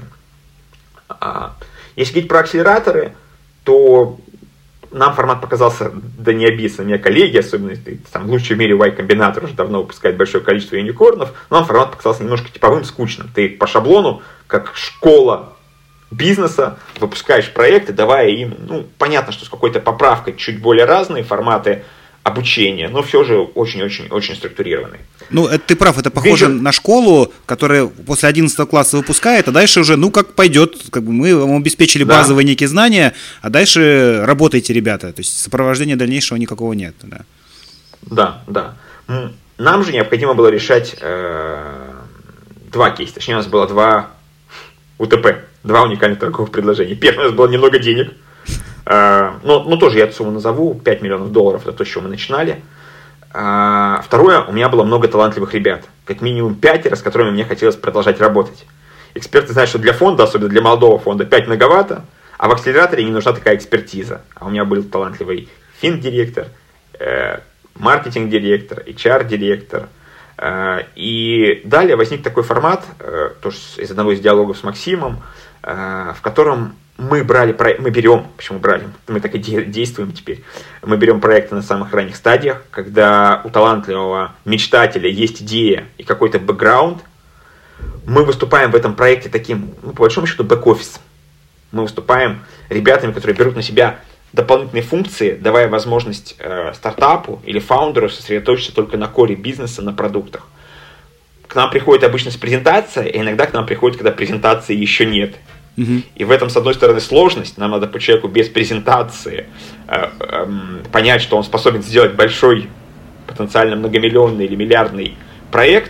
А, если говорить про акселераторы, то нам формат показался, да не обидно, мне коллеги, особенно там, в лучшем мире Y-комбинатор уже давно выпускает большое количество юникорнов, но нам формат показался немножко типовым, скучным. Ты по шаблону, как школа бизнеса, выпускаешь проекты, давая им, ну, понятно, что с какой-то поправкой чуть более разные форматы обучения, но все же очень-очень-очень структурированные. Ну, это ты прав, это похоже Венчур... на школу, которая после одиннадцатого класса выпускает, а дальше уже, ну, как пойдет, как бы мы вам обеспечили да. базовые некие знания, а дальше работайте, ребята, то есть сопровождения дальнейшего никакого нет. Да, да. да. Нам же необходимо было решать э, два кейса, точнее, у нас было два УТП, два уникальных торговых предложения. Первое, у нас было немного денег, э, но, но тоже я эту сумму назову, пять миллионов долларов, это то, с чего мы начинали. А, второе, у меня было много талантливых ребят, как минимум пятеро, с которыми мне хотелось продолжать работать. Эксперты знают, что для фонда, особенно для молодого фонда, пять многовато, а в акселераторе не нужна такая экспертиза. А у меня был талантливый фин-директор, э, маркетинг-директор, эйч ар-директор. Э, и далее возник такой формат, э, тоже из одного из диалогов с Максимом, э, в котором мы брали, мы берем, почему брали, мы так и действуем теперь, мы берем проекты на самых ранних стадиях, когда у талантливого мечтателя есть идея и какой-то бэкграунд, мы выступаем в этом проекте таким, ну, по большому счету, бэк-офис. Мы выступаем ребятами, которые берут на себя дополнительные функции, давая возможность э, стартапу или фаундеру сосредоточиться только на коре бизнеса, на продуктах. К нам приходит обычно с презентацией, а иногда к нам приходит, когда презентации еще нет. И в этом, с одной стороны, сложность. Нам надо по человеку без презентации э, э, понять, что он способен сделать большой, потенциально многомиллионный или миллиардный проект.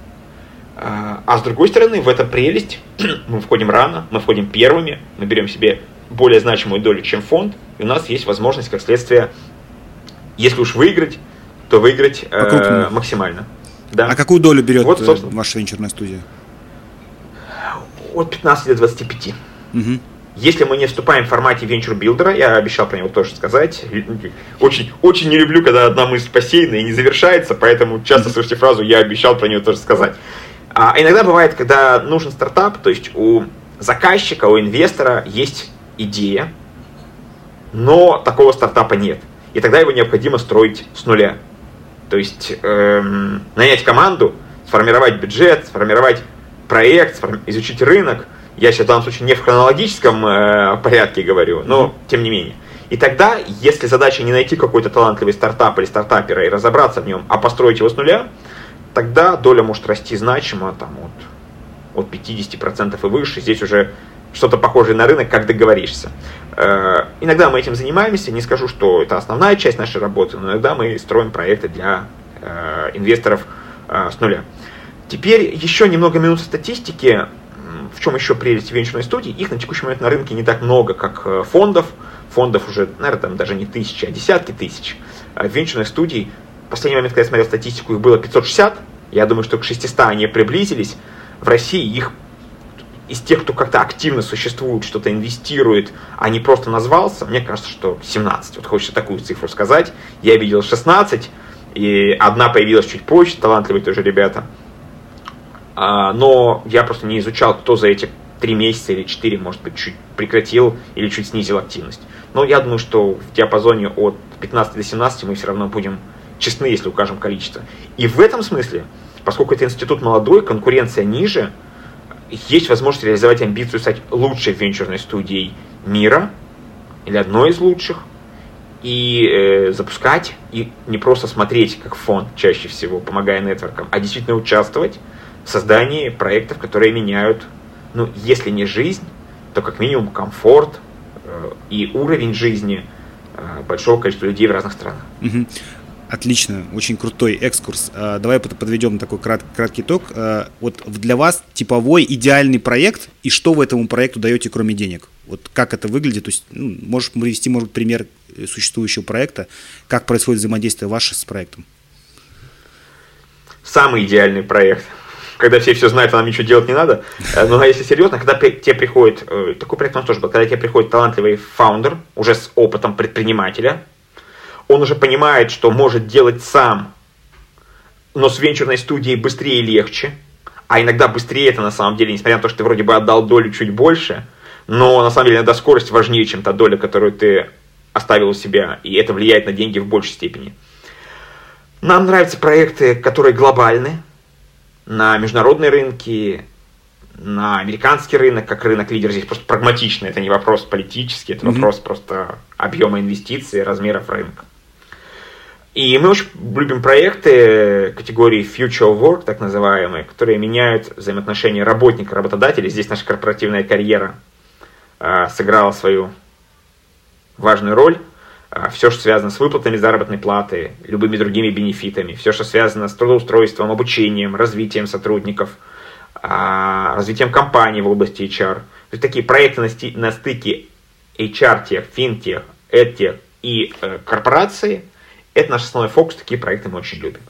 Э, а с другой стороны, в этом прелесть. Мы входим рано, мы входим первыми, мы берем себе более значимую долю, чем фонд. И у нас есть возможность, как следствие, если уж выиграть, то выиграть э, максимально. Да. А какую долю берет вот, ваша венчурная студия? От пятнадцати до двадцати пяти. Угу. Если мы не вступаем в формате венчур-билдера, я обещал про него тоже сказать, очень, очень не люблю, когда одна мысль посеяна и не завершается, поэтому часто слышите фразу «я обещал про него тоже сказать». А иногда бывает, когда нужен стартап, то есть у заказчика, у инвестора есть идея, но такого стартапа нет. И тогда его необходимо строить с нуля. То есть эм, нанять команду, сформировать бюджет, сформировать проект, изучить рынок. Я сейчас в данном случае не в хронологическом э, порядке говорю, но mm-hmm. тем не менее. И тогда, если задача не найти какой-то талантливый стартап или стартапера и разобраться в нем, а построить его с нуля, тогда доля может расти значимо, там, от, от пятидесяти процентов и выше. Здесь уже что-то похожее на рынок, как договоришься. Э, иногда мы этим занимаемся, не скажу, что это основная часть нашей работы, но иногда мы строим проекты для э, инвесторов э, с нуля. Теперь еще немного минут статистики. В чем еще прелесть венчурной студии? Их на текущий момент на рынке не так много, как фондов. Фондов уже, наверное, там даже не тысячи, а десятки тысяч. А венчурных студий, в последний момент, когда я смотрел статистику, их было пятьсот шестьдесят. Я думаю, что к шестистам они приблизились. В России их из тех, кто как-то активно существует, что-то инвестирует, а не просто назвался, мне кажется, что семнадцать. Вот хочется такую цифру сказать. Я видел шестнадцать, и одна появилась чуть позже, талантливые тоже ребята. Но я просто не изучал, кто за эти три месяца или четыре, может быть, чуть прекратил или чуть снизил активность. Но я думаю, что в диапазоне от пятнадцати до семнадцати мы все равно будем честны, если укажем количество. И в этом смысле, поскольку это институт молодой, конкуренция ниже, есть возможность реализовать амбицию стать лучшей венчурной студией мира, или одной из лучших, и э, запускать, и не просто смотреть, как фонд чаще всего, помогая нетворкам, а действительно участвовать в создании проектов, которые меняют, ну, если не жизнь, то как минимум комфорт э, и уровень жизни э, большого количества людей в разных странах. Угу. Отлично, очень крутой экскурс. Давай подведем такой крат, краткий итог. Вот для вас типовой идеальный проект, и что вы этому проекту даете, кроме денег? Вот как это выглядит? То есть, ну, можешь привести, может, пример существующего проекта, как происходит взаимодействие ваше с проектом? Самый идеальный проект, когда все все знают, а нам ничего делать не надо. Но если серьезно, когда тебе приходит, такой проект у нас тоже был, когда тебе приходит талантливый фаундер, уже с опытом предпринимателя, он уже понимает, что может делать сам, но с венчурной студией быстрее и легче. А иногда быстрее это на самом деле, несмотря на то, что ты вроде бы отдал долю чуть больше, но на самом деле иногда скорость важнее, чем та доля, которую ты оставил у себя. И это влияет на деньги в большей степени. Нам нравятся проекты, которые глобальны, на международные рынки, на американский рынок, как рынок-лидер. Здесь просто прагматично, это не вопрос политический, это mm-hmm. вопрос просто объема инвестиций, размеров рынка. И мы очень любим проекты категории Future of Work, так называемые, которые меняют взаимоотношения работника и работодателя. Здесь наша корпоративная карьера э, сыграла свою важную роль. Э, все, что связано с выплатами заработной платы, любыми другими бенефитами, все, что связано с трудоустройством, обучением, развитием сотрудников, э, развитием компаний в области эйч ар. То есть такие проекты на, сти- на стыке эйч ар-тех, финтех, эдтех и э, корпорации. Это наш основной фокус, такие проекты мы очень любим.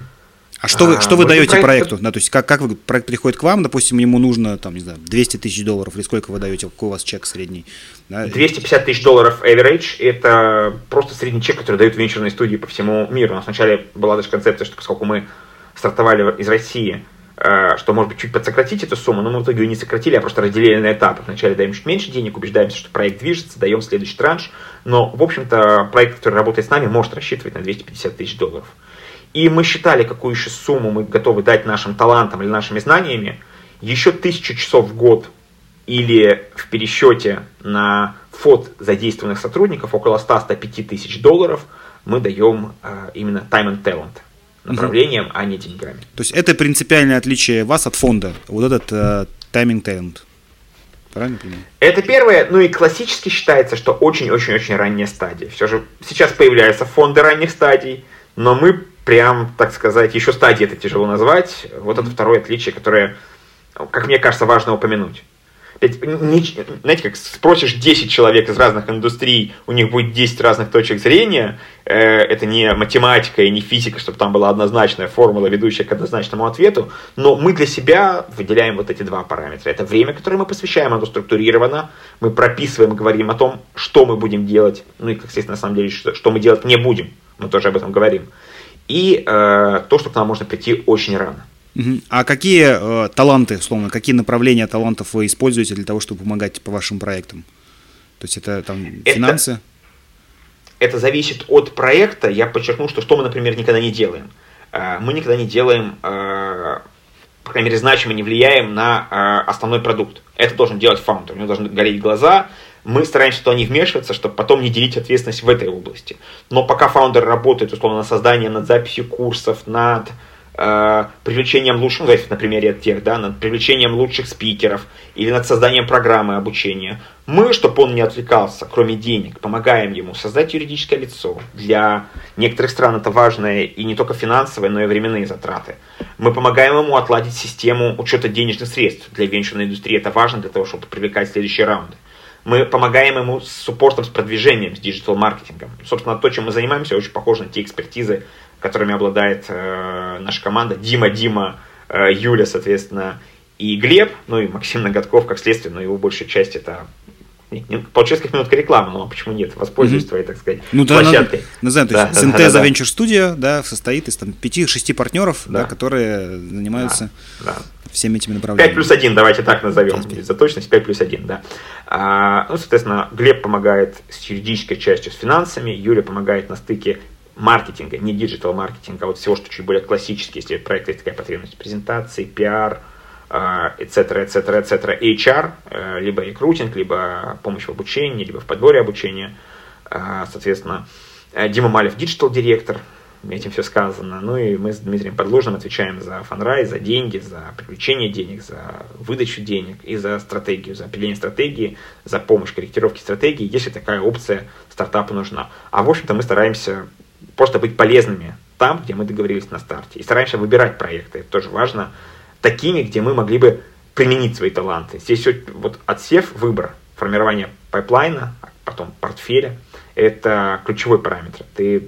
А что вы, что вы а, даете проект... проекту? Да, то есть как, как вы, проект приходит к вам, допустим, ему нужно там, не знаю, двести тысяч долларов, или сколько вы даете, какой у вас чек средний? Да? двести пятьдесят тысяч долларов average, это просто средний чек, который дают венчурные студии по всему миру. У нас вначале была даже концепция, что поскольку мы стартовали из России, что, может быть, чуть подсократить эту сумму, но мы в итоге ее не сократили, а просто разделили на этапы. Вначале даем чуть меньше денег, убеждаемся, что проект движется, даем следующий транш. Но, в общем-то, проект, который работает с нами, может рассчитывать на двести пятьдесят тысяч долларов. И мы считали, какую еще сумму мы готовы дать нашим талантам или нашими знаниями. Еще тысячу часов в год или в пересчете на фот задействованных сотрудников около сто - сто пять тысяч долларов мы даем именно time and talent. Направлением, угу. а не деньгами. То есть это принципиальное отличие вас от фонда, вот этот uh, timing talent. Правильно понимаю? Это первое, ну и классически считается, что очень-очень-очень ранняя стадия. Все же сейчас появляются фонды ранних стадий, но мы прям, так сказать, еще стадии это тяжело назвать. Вот это второе отличие, которое, как мне кажется, важно упомянуть. Ведь, знаете, как спросишь десять человек из разных индустрий, у них будет десять разных точек зрения. Это не математика и не физика, чтобы там была однозначная формула, ведущая к однозначному ответу. Но мы для себя выделяем вот эти два параметра. Это время, которое мы посвящаем, оно структурировано. Мы прописываем, говорим о том, что мы будем делать. Ну и, естественно, на самом деле, что, что мы делать не будем. Мы тоже об этом говорим. И э, то, что к нам можно прийти очень рано. А какие э, таланты, условно, какие направления талантов вы используете для того, чтобы помогать по вашим проектам? То есть это там финансы? Это, это зависит от проекта. Я подчеркну, что что мы, например, никогда не делаем. Мы никогда не делаем, по крайней мере, значимо не влияем на основной продукт. Это должен делать фаундер. У него должны гореть глаза. Мы стараемся туда не вмешиваться, чтобы потом не делить ответственность в этой области. Но пока фаундер работает, условно, над созданием, над записью курсов, над привлечением лучших, ну, на примере тех, да, над привлечением лучших спикеров или над созданием программы обучения. Мы, чтобы он не отвлекался, кроме денег, помогаем ему создать юридическое лицо. Для некоторых стран это важные и не только финансовые, но и временные затраты. Мы помогаем ему отладить систему учета денежных средств. Для венчурной индустрии это важно для того, чтобы привлекать следующие раунды. Мы помогаем ему с суппортом, с продвижением, с диджитал-маркетингом. Собственно, то, чем мы занимаемся, очень похоже на те экспертизы, которыми обладает э, наша команда. Дима, Дима, э, Юля, соответственно, и Глеб, ну и Максим Ноготков, как следствие, но его большая часть это... Получилось как минутка рекламы, но почему нет? Воспользуюсь mm-hmm. твоей, так сказать, ну, площадкой. Ну, да, то есть Синтеза Venture Studio, да, состоит из там пяти-шести партнеров, да. Да, которые занимаются да, да. всеми этими направлениями. пять плюс один, давайте так назовем, за точность пять плюс один, да. А, ну, соответственно, Глеб помогает с юридической частью, с финансами, Юля помогает на стыке маркетинга, не диджитал-маркетинга, а вот всего, что чуть более классически, если проект есть такая потребность, презентации, пиар, et cetera, et cetera, et cetera, эйч ар, либо рекрутинг, либо помощь в обучении, либо в подборе обучения, соответственно, Дима Малев, диджитал-директор, этим все сказано. Ну и мы с Дмитрием Подложным отвечаем за фанрайз, за деньги, за привлечение денег, за выдачу денег и за стратегию, за определение стратегии, за помощь корректировке стратегии, если такая опция стартапу нужна. А в общем-то мы стараемся просто быть полезными там, где мы договорились на старте. И стараемся выбирать проекты, это тоже важно, такими, где мы могли бы применить свои таланты. Здесь вот отсев, выбор, формирование пайплайна, потом портфеля, это ключевой параметр. Ты,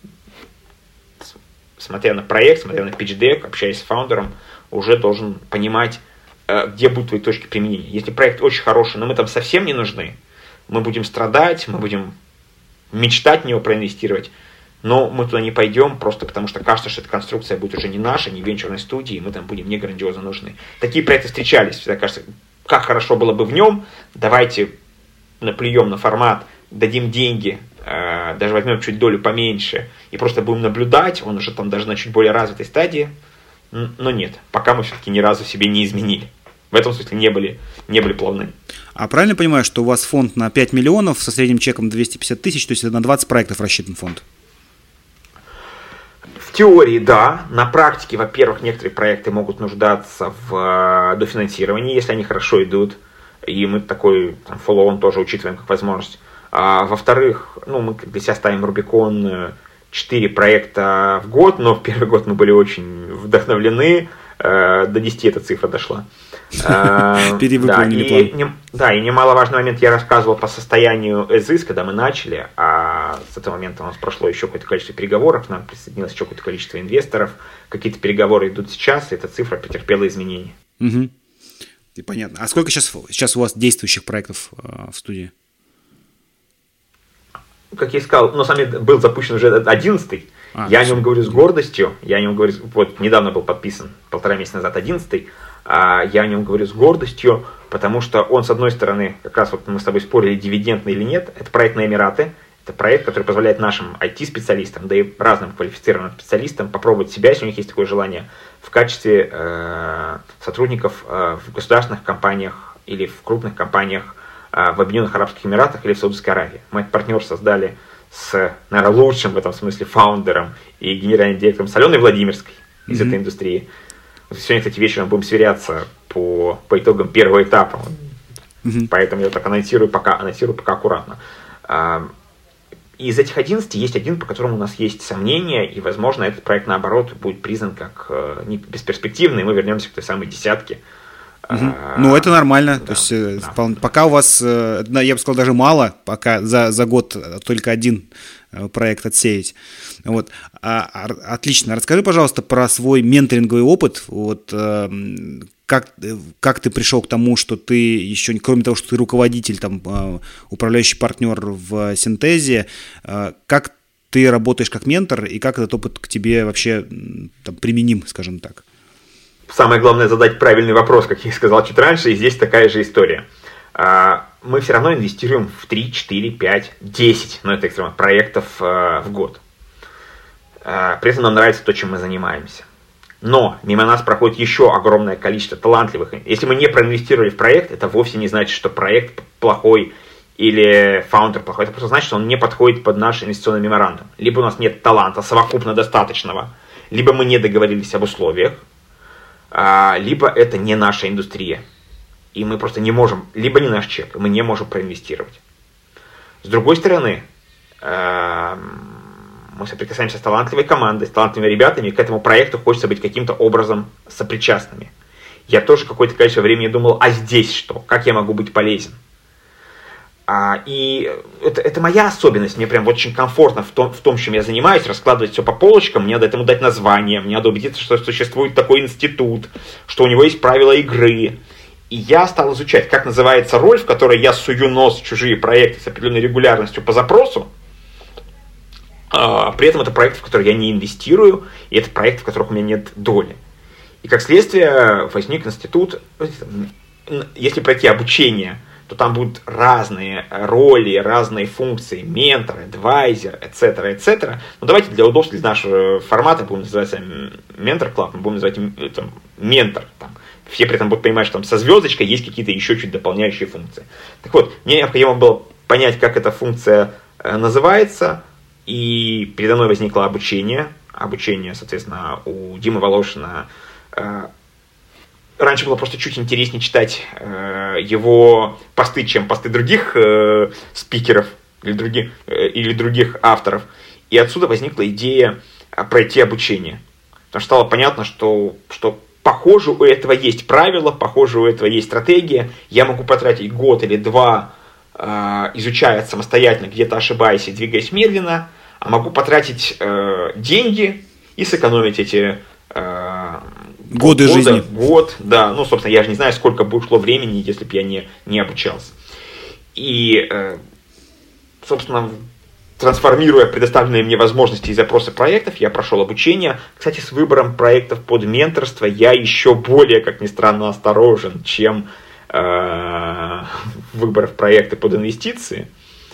смотря на проект, смотря на питч-дек, общаясь с фаундером, уже должен понимать, где будут твои точки применения. Если проект очень хороший, но мы там совсем не нужны, мы будем страдать, мы будем мечтать в него проинвестировать, но мы туда не пойдем просто потому, что кажется, что эта конструкция будет уже не наша, не венчурной студии, и мы там будем не грандиозно нужны. Такие проекты встречались, всегда кажется, как хорошо было бы в нем, давайте наплюем на формат, дадим деньги, э, даже возьмем чуть долю поменьше и просто будем наблюдать, он уже там даже на чуть более развитой стадии, но нет, пока мы все-таки ни разу себе не изменили. В этом смысле не были, не были плавны. А правильно понимаю, что у вас фонд на пять миллионов со средним чеком двести пятьдесят тысяч, то есть это на двадцать проектов рассчитан фонд? В теории, да. На практике, во-первых, некоторые проекты могут нуждаться в дофинансировании, если они хорошо идут, и мы такой там, follow-on тоже учитываем как возможность. А, во-вторых, ну, мы для себя ставим Рубикон четыре проекта в год, но в первый год мы были очень вдохновлены, э, до десяти эта цифра дошла. Перевыполнили план. Да, и немаловажный момент, я рассказывал по состоянию ЭЗИС, когда мы начали, а с этого момента у нас прошло еще какое-то количество переговоров, к нам присоединилось еще какое-то количество инвесторов, какие-то переговоры идут сейчас, и эта цифра претерпела изменения. Угу. И понятно. А сколько сейчас, сейчас у вас действующих проектов э, в студии? Как я и сказал, на самом деле был запущен уже одиннадцатый. А, я о нем говорю с гордостью. Я о нем говорю, вот недавно был подписан, полтора месяца назад, одиннадцатый. А я о нем говорю с гордостью, потому что он, с одной стороны, как раз вот мы с тобой спорили, дивидендный или нет, это проект на Эмираты. Это проект, который позволяет нашим ай ти-специалистам, да и разным квалифицированным специалистам попробовать себя, если у них есть такое желание, в качестве э, сотрудников э, в государственных компаниях или в крупных компаниях в Объединенных Арабских Эмиратах или в Саудовской Аравии. Мы этот партнер создали с, наверное, лучшим в этом смысле фаундером и генеральным директором с Аленой Владимирской из mm-hmm. этой индустрии. Сегодня, кстати, вечером будем сверяться по, по итогам первого этапа. Mm-hmm. Поэтому я так анонсирую пока, анонсирую пока аккуратно. Из этих одиннадцати есть один, по которому у нас есть сомнения, и, возможно, этот проект, наоборот, будет признан как не бесперспективный, и мы вернемся к той самой десятке. Угу. Ну, это нормально. Да, то есть, да. Пока у вас, я бы сказал, даже мало, пока за, за год только один проект отсеять. Вот. А, отлично. Расскажи, пожалуйста, про свой менторинговый опыт. Вот, как, как ты пришел к тому, что ты еще, кроме того, что ты руководитель, там, управляющий партнер в Синтезе, как ты работаешь как ментор и как этот опыт к тебе вообще там, применим, скажем так? Самое главное задать правильный вопрос, как я и сказал чуть раньше, и здесь такая же история. Мы все равно инвестируем в три, четыре, пять, десять, ну это экстремально, проектов в год. При этом нам нравится то, чем мы занимаемся. Но мимо нас проходит еще огромное количество талантливых. Если мы не проинвестировали в проект, это вовсе не значит, что проект плохой или фаундер плохой. Это просто значит, что он не подходит под наш инвестиционный меморандум. Либо у нас нет таланта совокупно достаточного, либо мы не договорились об условиях, либо это не наша индустрия, и мы просто не можем, либо не наш чек, мы не можем проинвестировать. С другой стороны, мы соприкасаемся с талантливой командой, с талантливыми ребятами, и к этому проекту хочется быть каким-то образом сопричастными. Я тоже какое-то количество времени думал, а здесь что? Как я могу быть полезен? А, и это, это моя особенность, мне прям очень комфортно в том, в том, чем я занимаюсь, раскладывать все по полочкам, мне надо этому дать название, мне надо убедиться, что существует такой институт, что у него есть правила игры. И я стал изучать, как называется роль, в которой я сую нос в чужие проекты с определенной регулярностью по запросу. А, при этом это проект, в который я не инвестирую, и это проект, в которых у меня нет доли. И как следствие возник институт, если пройти обучение, то там будут разные роли, разные функции, ментор, адвайзер, et cetera, et cetera. Но давайте для удобства, для нашего формата будем называть ментор клаб, мы будем называть там, ментор, там, все при этом будут понимать, что там со звездочкой есть какие-то еще чуть дополняющие функции. Так вот, мне необходимо было понять, как эта функция называется, и передо мной возникло обучение. Обучение, соответственно, у Димы Волошина. Раньше было просто чуть интереснее читать его посты, чем посты других спикеров или других, или других авторов. И отсюда возникла идея пройти обучение. Потому что стало понятно, что, что похоже у этого есть правила, похоже у этого есть стратегия. Я могу потратить год или два, изучая это самостоятельно, где-то ошибаясь и двигаясь медленно, а могу потратить э, деньги и сэкономить эти э, годы года, жизни. Год, да. Ну, собственно, я же не знаю, сколько бы ушло времени, если бы я не, не обучался. И, э, собственно, трансформируя предоставленные мне возможности и запросы проектов, я прошел обучение. Кстати, с выбором проектов под менторство я еще более, как ни странно, осторожен, чем э, выбор проекта под инвестиции.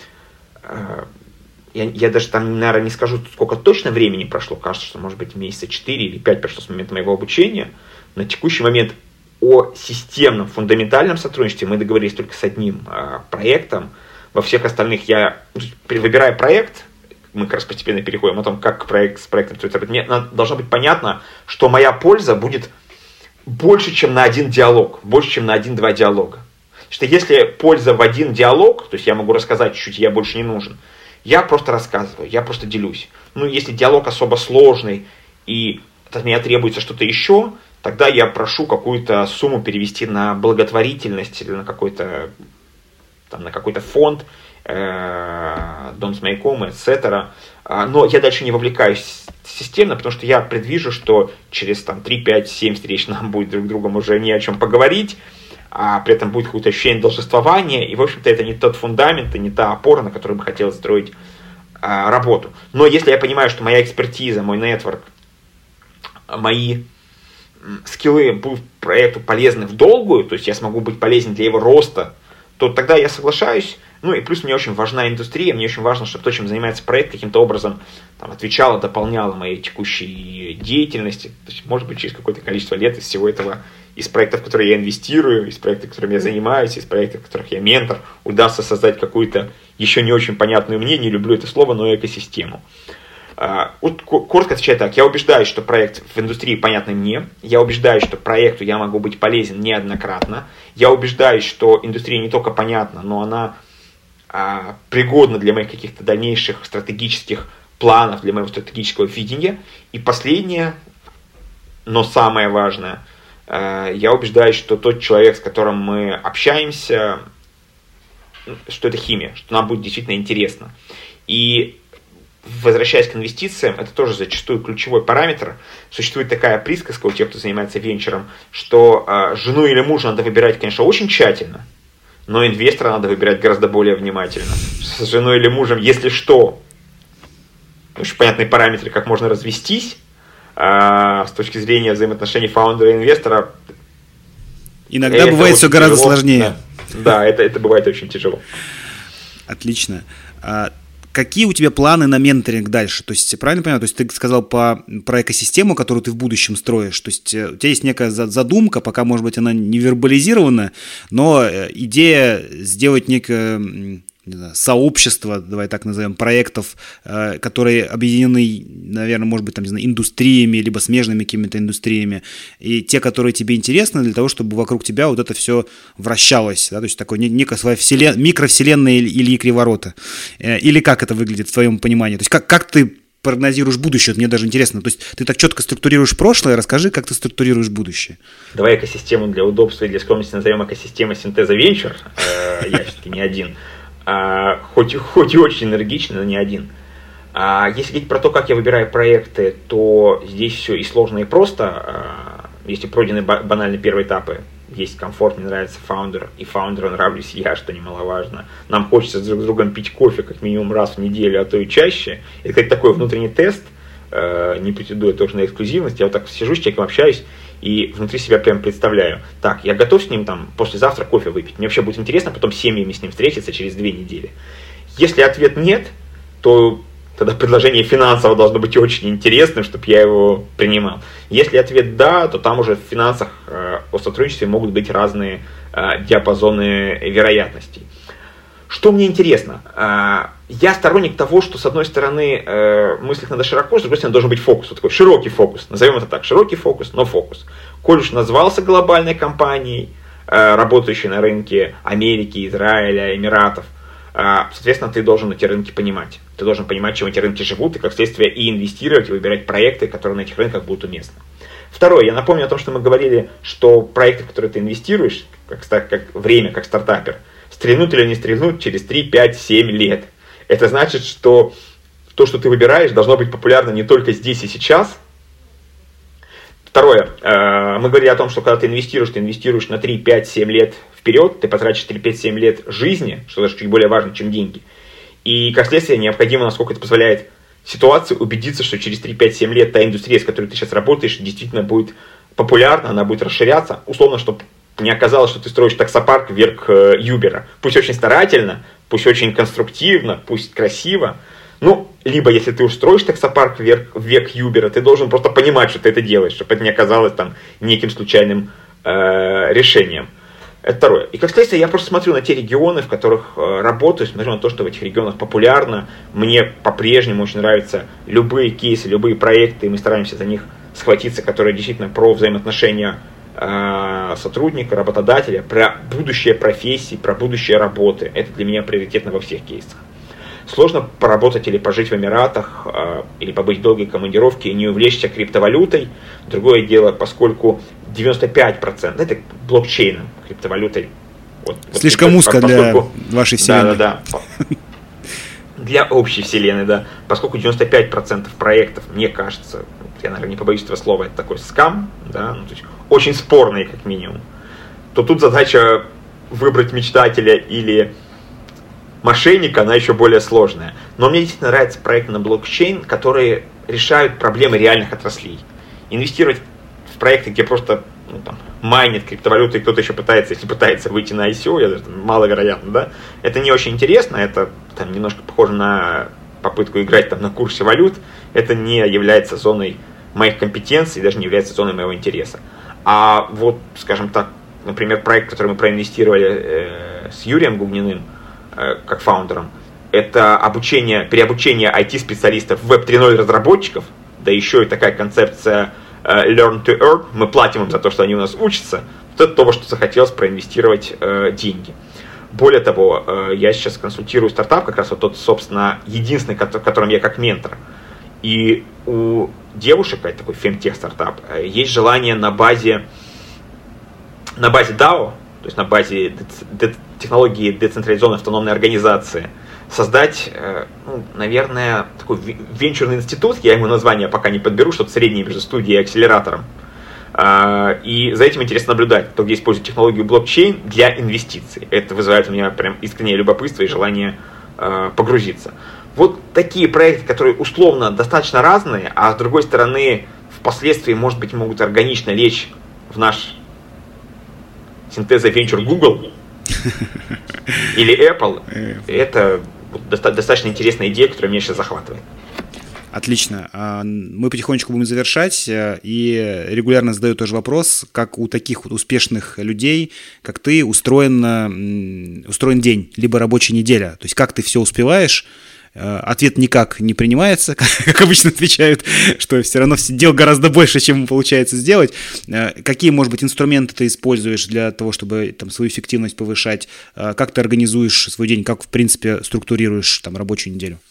Я, я даже там, наверное, не скажу, сколько точно времени прошло. Кажется, что, может быть, месяца четыре или пять прошло с момента моего обучения. На текущий момент о системном, фундаментальном сотрудничестве мы договорились только с одним э, проектом. Во всех остальных я, выбирая проект, мы как раз постепенно переходим о том, как проект с проектом строится. Мне должно быть понятно, что моя польза будет больше, чем на один диалог, больше, чем на один-два диалога. Что если польза в один диалог, то есть я могу рассказать чуть-чуть, я больше не нужен, я просто рассказываю, я просто делюсь. Ну, если диалог особо сложный и от меня требуется что-то еще, тогда я прошу какую-то сумму перевести на благотворительность или на какой-то, там, на какой-то фонд, э, Don't Make Home, et cetera. Но я дальше не вовлекаюсь системно, потому что я предвижу, что через там, три, пять, семь встреч нам будет друг с другом уже не о чем поговорить, а при этом будет какое-то ощущение должествования, и, в общем-то, это не тот фундамент и не та опора, на которой бы хотелось строить а, работу. Но если я понимаю, что моя экспертиза, мой нетворк, мои скиллы будут проекту полезны в долгую, то есть я смогу быть полезен для его роста, то тогда я соглашаюсь. Ну и плюс мне очень важна индустрия, мне очень важно, чтобы то, чем занимается проект, каким-то образом там, отвечало, дополняло моей текущей деятельности. То есть, может быть, через какое-то количество лет из всего этого, из проектов, в которые я инвестирую, из проектов, которыми я занимаюсь, из проектов, в которых я ментор, удастся создать какую-то еще не очень понятную мне, не люблю это слово, но экосистему. Вот коротко отвечаю так, я убеждаюсь, что проект в индустрии понятный мне, я убеждаюсь, что проекту я могу быть полезен неоднократно, я убеждаюсь, что индустрия не только понятна, но она а, пригодна для моих каких-то дальнейших стратегических планов, для моего стратегического видения. И последнее, но самое важное, а, я убеждаюсь, что тот человек, с которым мы общаемся, что это химия, что нам будет действительно интересно. И возвращаясь к инвестициям, это тоже зачастую ключевой параметр. Существует такая присказка у тех, кто занимается венчуром, что э, жену или мужа надо выбирать, конечно, очень тщательно, но инвестора надо выбирать гораздо более внимательно. С женой или мужем, если что, очень понятные параметры, как можно развестись, э, с точки зрения взаимоотношений фаундера и инвестора. Иногда бывает все гораздо тяжело. сложнее. Да, да это, это бывает очень тяжело. Отлично. Какие у тебя планы на менторинг дальше? То есть, правильно понимаю, то есть ты сказал по, про экосистему, которую ты в будущем строишь. То есть у тебя есть некая задумка, пока, может быть, она не вербализирована, но идея сделать некое, не знаю, сообщество, давай так назовем, проектов, которые объединены, наверное, может быть, там, не знаю, индустриями, либо смежными какими-то индустриями, и те, которые тебе интересны, для того, чтобы вокруг тебя вот это все вращалось, да, то есть такой некая своя вселен... микровселенная Ильи Криворота. Или как это выглядит в твоем понимании? То есть как, как ты прогнозируешь будущее? Мне даже интересно. То есть ты так четко структурируешь прошлое, расскажи, как ты структурируешь будущее. Давай экосистему для удобства и для скромности назовем экосистема синтеза венчур. Я все-таки не один. Хоть, хоть и очень энергичный, но не один. Если говорить про то, как я выбираю проекты, то здесь все и сложно, и просто. Если пройдены банальные первые этапы, есть комфорт, мне нравится фаундер, и фаундеру нравлюсь я, что немаловажно. Нам хочется друг с другом пить кофе как минимум раз в неделю, а то и чаще. Это как такой внутренний тест, не претендуя тоже на эксклюзивность. Я вот так сижу с человеком, общаюсь, и внутри себя прям представляю. Так, я готов с ним там послезавтра кофе выпить. Мне вообще будет интересно потом с семьями с ним встретиться через две недели. Если ответ нет, то тогда предложение финансово должно быть очень интересным, чтобы я его принимал. Если ответ «да», то там уже в финансах э, о сотрудничестве могут быть разные э, диапазоны вероятностей. Что мне интересно? Э, я сторонник того, что с одной стороны э, мыслить надо широко, с другой стороны должен быть фокус. Вот такой широкий фокус. Назовем это так. Широкий фокус, но фокус. Коль уж назвался глобальной компанией, э, работающей на рынке Америки, Израиля, Эмиратов, соответственно, ты должен эти рынки понимать. Ты должен понимать, чем эти рынки живут, и как следствие и инвестировать, и выбирать проекты, которые на этих рынках будут уместны. Второе, я напомню о том, что мы говорили, что проекты, в которые ты инвестируешь, как, как время, как стартапер, стрельнут или не стрельнут через три, пять, семь лет. Это значит, что то, что ты выбираешь, должно быть популярно не только здесь и сейчас. Второе, мы говорили о том, что когда ты инвестируешь, ты инвестируешь на три, пять, семь лет вперед, ты потратишь три, пять, семь лет жизни, что даже чуть более важно, чем деньги. И, как следствие, необходимо, насколько это позволяет ситуации, убедиться, что через три, пять, семь лет та индустрия, с которой ты сейчас работаешь, действительно будет популярна, она будет расширяться. Условно, чтобы не оказалось, что ты строишь таксопарк вверх Юбера. Пусть очень старательно, пусть очень конструктивно, пусть красиво. Ну, либо если ты уж строишь таксопарк вверх, век Юбера, ты должен просто понимать, что ты это делаешь, чтобы это не оказалось там неким случайным э, решением. Это второе. И как следствие, я просто смотрю на те регионы, в которых э, работаю, смотрю на то, что в этих регионах популярно. Мне по-прежнему очень нравятся любые кейсы, любые проекты, и мы стараемся за них схватиться, которые действительно про взаимоотношения э, сотрудника, работодателя, про будущее профессии, про будущее работы. Это для меня приоритетно во всех кейсах. Сложно поработать или пожить в Эмиратах, э, или побыть в долгой командировке и не увлечься криптовалютой. Другое дело, поскольку девяносто пять процентов, это блокчейном, криптовалютой. Вот, Слишком вот, узко поскольку, для вашей вселенной. Да, да, да. Для общей вселенной, да. Поскольку девяносто пять процентов проектов, мне кажется, я, наверное, не побоюсь этого слова, это такой скам, да, ну, то есть очень спорный, как минимум, то тут задача выбрать мечтателя или мошенника, она еще более сложная. Но мне действительно нравятся проекты на блокчейн, которые решают проблемы реальных отраслей. Инвестировать в проекты, где просто ну, там, майнит криптовалюту, и кто-то еще пытается, если пытается выйти на ай си о, это маловероятно, да, это не очень интересно, это там, немножко похоже на попытку играть там, на курсе валют, это не является зоной моих компетенций, даже не является зоной моего интереса. А вот, скажем так, например, проект, в который мы проинвестировали э, с Юрием Гугниным, как фаундером, это обучение, переобучение ай ти-специалистов, веб три ноль разработчиков, да еще и такая концепция uh, learn to earn, мы платим им за то, что они у нас учатся, вот это то, во что захотелось проинвестировать uh, деньги. Более того, uh, я сейчас консультирую стартап, как раз вот тот, собственно, единственный, в котором я как ментор. И у девушек, это такой фемтех стартап, есть желание на базе, на базе дао, то есть на базе технологии децентрализованной автономной организации, создать, ну, наверное, такой венчурный институт, я ему название пока не подберу, что-то среднее между студией и акселератором. И за этим интересно наблюдать, кто где использует технологию блокчейн для инвестиций. Это вызывает у меня прям искреннее любопытство и желание погрузиться. Вот такие проекты, которые условно достаточно разные, а с другой стороны, впоследствии, может быть, могут органично лечь в наш синтеза Venture Google или Apple, это достаточно интересная идея, которая меня сейчас захватывает. Отлично. Мы потихонечку будем завершать, и регулярно задаю тоже вопрос, как у таких вот успешных людей, как ты, устроен, устроен день, либо рабочая неделя. То есть как ты все успеваешь. Ответ никак не принимается, как обычно отвечают, что все равно дел гораздо больше, чем получается сделать. Какие, может быть, инструменты ты используешь для того, чтобы там, свою эффективность повышать? Как ты организуешь свой день? Как, в принципе, структурируешь там, рабочую неделю?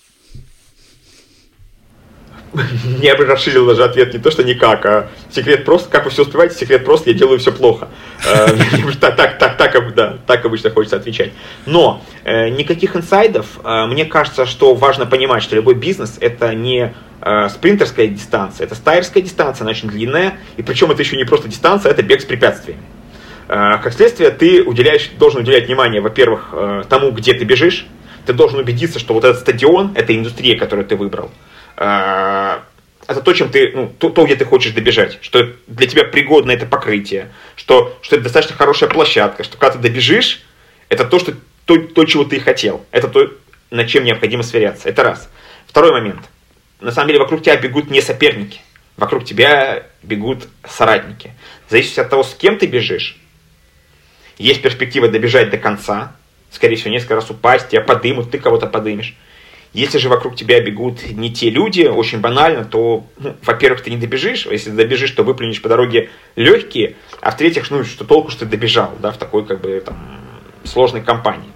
Я бы расширил даже ответ не то, что никак, а секрет просто, как вы все успеваете, секрет просто, я делаю все плохо. Так, так, так, так, да, так обычно хочется отвечать. Но никаких инсайдов. Мне кажется, что важно понимать, что любой бизнес это не спринтерская дистанция, это стайерская дистанция, она очень длинная, и причем это еще не просто дистанция, это бег с препятствиями. Как следствие, ты уделяешь, должен уделять внимание, во-первых, тому, где ты бежишь, ты должен убедиться, что вот этот стадион, это индустрия, которую ты выбрал, это то, чем ты, ну, то, то, где ты хочешь добежать, что для тебя пригодно это покрытие, что, что это достаточно хорошая площадка, что когда ты добежишь, это то, что, то, то, чего ты хотел, это то, над чем необходимо сверяться. Это раз. Второй момент. На самом деле вокруг тебя бегут не соперники. Вокруг тебя бегут соратники. В зависимости от того, с кем ты бежишь, есть перспектива добежать до конца. Скорее всего, несколько раз упасть, тебя подымут, ты кого-то подымешь. Если же вокруг тебя бегут не те люди, очень банально, то, ну, во-первых, ты не добежишь. Если ты добежишь, то выплюнешь по дороге легкие. А в-третьих, ну, что толку, что ты добежал, да, в такой, как бы, там, сложной компании.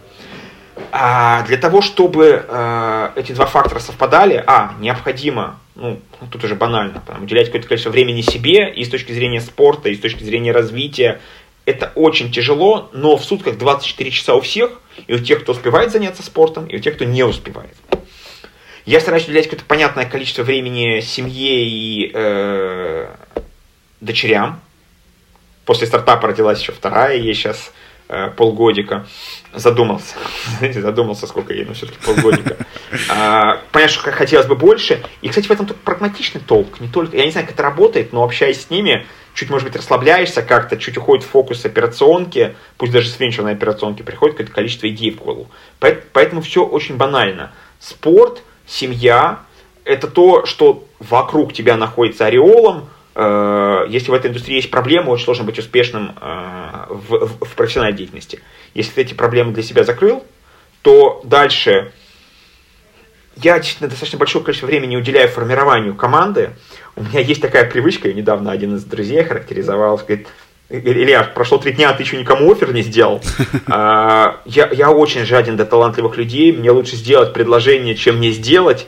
А для того, чтобы э, эти два фактора совпадали, а, необходимо, ну, тут уже банально, там, уделять какое-то количество времени себе, и с точки зрения спорта, и с точки зрения развития. Это очень тяжело, но в сутках двадцать четыре часа у всех, и у тех, кто успевает заняться спортом, и у тех, кто не успевает. Я стараюсь уделять какое-то понятное количество времени семье и э, дочерям. После стартапа родилась еще вторая, ей сейчас э, полгодика. Задумался. Задумался, сколько ей, но все-таки полгодика. А, понятно, что хотелось бы больше. И, кстати, в этом только прагматичный толк. Не только, я не знаю, как это работает, но общаясь с ними, чуть, может быть, расслабляешься как-то, чуть уходит фокус операционки, пусть даже с венчурной операционки, приходит какое-то количество идей в голову. Поэтому все очень банально. Спорт, семья – это то, что вокруг тебя находится ореолом. Если в этой индустрии есть проблемы, очень сложно быть успешным в, в, в профессиональной деятельности. Если ты эти проблемы для себя закрыл, то дальше я действительно достаточно большое количество времени уделяю формированию команды. У меня есть такая привычка, я недавно один из друзей характеризовал, говорит: Илья, прошло три дня, а ты еще никому оффер не сделал. Я, я очень жаден до талантливых людей, мне лучше сделать предложение, чем не сделать.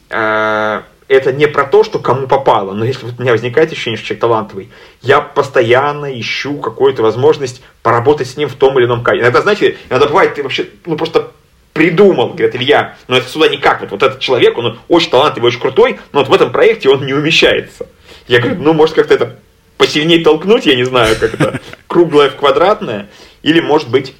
Это не про то, что кому попало, но если у меня возникает ощущение, что человек талантливый, я постоянно ищу какую-то возможность поработать с ним в том или ином качестве. Иногда, знаете, иногда бывает, ты вообще, ну, просто придумал, говорит: Илья, но это сюда никак, вот, вот этот человек, он очень талантливый, очень крутой, но вот в этом проекте он не умещается. Я говорю: ну, может, как-то это посильнее толкнуть, я не знаю, как это, круглое в квадратное, или, может быть,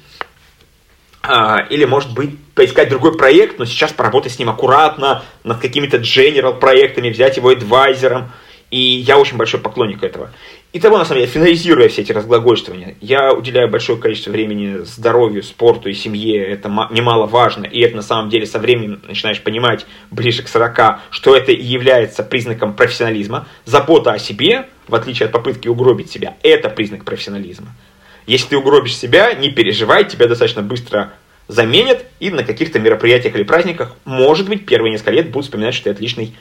а, или, может быть, поискать другой проект, но сейчас поработать с ним аккуратно, над какими-то general проектами, взять его адвайзером. И я очень большой поклонник этого. Итого, на самом деле, финализируя все эти разглагольствования, я уделяю большое количество времени здоровью, спорту и семье. Это немаловажно. И это, на самом деле, со временем начинаешь понимать, ближе к сорока, что это и является признаком профессионализма. Забота о себе, в отличие от попытки угробить себя, это признак профессионализма. Если ты угробишь себя, не переживай, тебя достаточно быстро заменят, и на каких-то мероприятиях или праздниках, может быть, первые несколько лет будут вспоминать, что ты отличный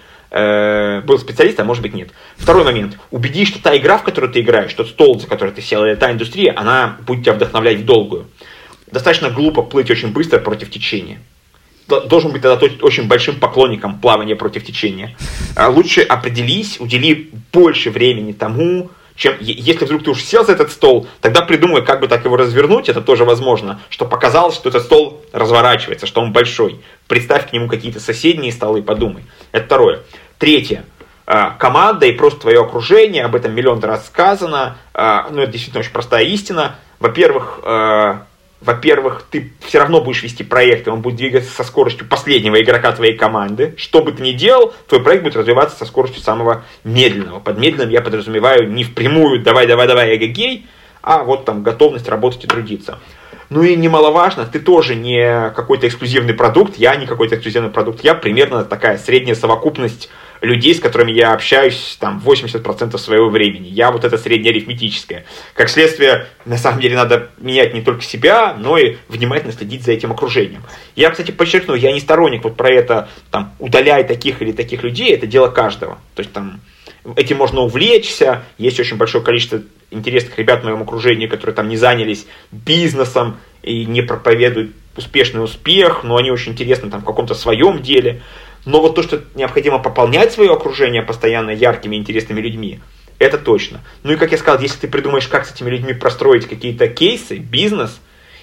э, был специалист, а может быть нет. Второй момент. Убедись, что та игра, в которую ты играешь, тот стол, за который ты сел, или та индустрия, она будет тебя вдохновлять в долгую. Достаточно глупо плыть очень быстро против течения. Должен быть тогда очень большим поклонником плавания против течения. Лучше определись, удели больше времени тому, чем, если вдруг ты уж сел за этот стол, тогда придумай, как бы так его развернуть, это тоже возможно, что показалось, что этот стол разворачивается, что он большой. Представь к нему какие-то соседние столы и подумай. Это второе. Третье. Команда и просто твое окружение, об этом миллион раз сказано, ну это действительно очень простая истина. Во-первых, Во-первых, ты все равно будешь вести проект, и он будет двигаться со скоростью последнего игрока твоей команды. Что бы ты ни делал, твой проект будет развиваться со скоростью самого медленного. Под медленным я подразумеваю не впрямую «давай, давай, давай, эгегей», а вот там готовность работать и трудиться. Ну и немаловажно, ты тоже не какой-то эксклюзивный продукт, я не какой-то эксклюзивный продукт, я примерно такая средняя совокупность людей, с которыми я общаюсь там восемьдесят процентов своего времени. Я вот это среднеарифметическое. Как следствие, на самом деле надо менять не только себя, но и внимательно следить за этим окружением. Я, кстати, подчеркну, я не сторонник вот про это, там, удаляй таких или таких людей, это дело каждого. То есть там этим можно увлечься, есть очень большое количество интересных ребят в моем окружении, которые там не занялись бизнесом и не проповедуют успешный успех, но они очень интересны там в каком-то своем деле. Но вот то, что необходимо пополнять свое окружение постоянно яркими, интересными людьми, это точно. Ну и, как я сказал, если ты придумаешь, как с этими людьми простроить какие-то кейсы, бизнес,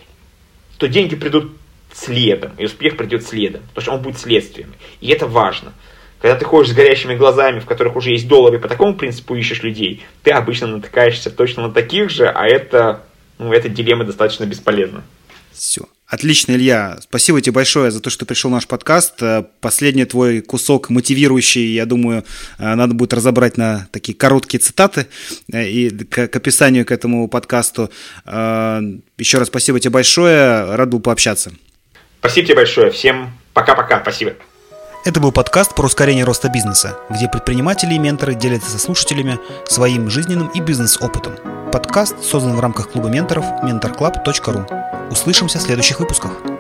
то деньги придут следом, и успех придет следом, потому что он будет следствием. И это важно. Когда ты ходишь с горящими глазами, в которых уже есть доллары, по такому принципу ищешь людей, ты обычно натыкаешься точно на таких же, а это, ну, эта дилемма достаточно бесполезна. Все. Отлично, Илья. Спасибо тебе большое за то, что пришел в наш подкаст. Последний твой кусок мотивирующий, я думаю, надо будет разобрать на такие короткие цитаты и к, к описанию к этому подкасту. Еще раз спасибо тебе большое. Рад был пообщаться. Спасибо тебе большое. Всем пока-пока. Спасибо. Это был подкаст про ускорение роста бизнеса, где предприниматели и менторы делятся со слушателями своим жизненным и бизнес-опытом. Подкаст создан в рамках клуба менторов mentor club точка ru. Услышимся в следующих выпусках.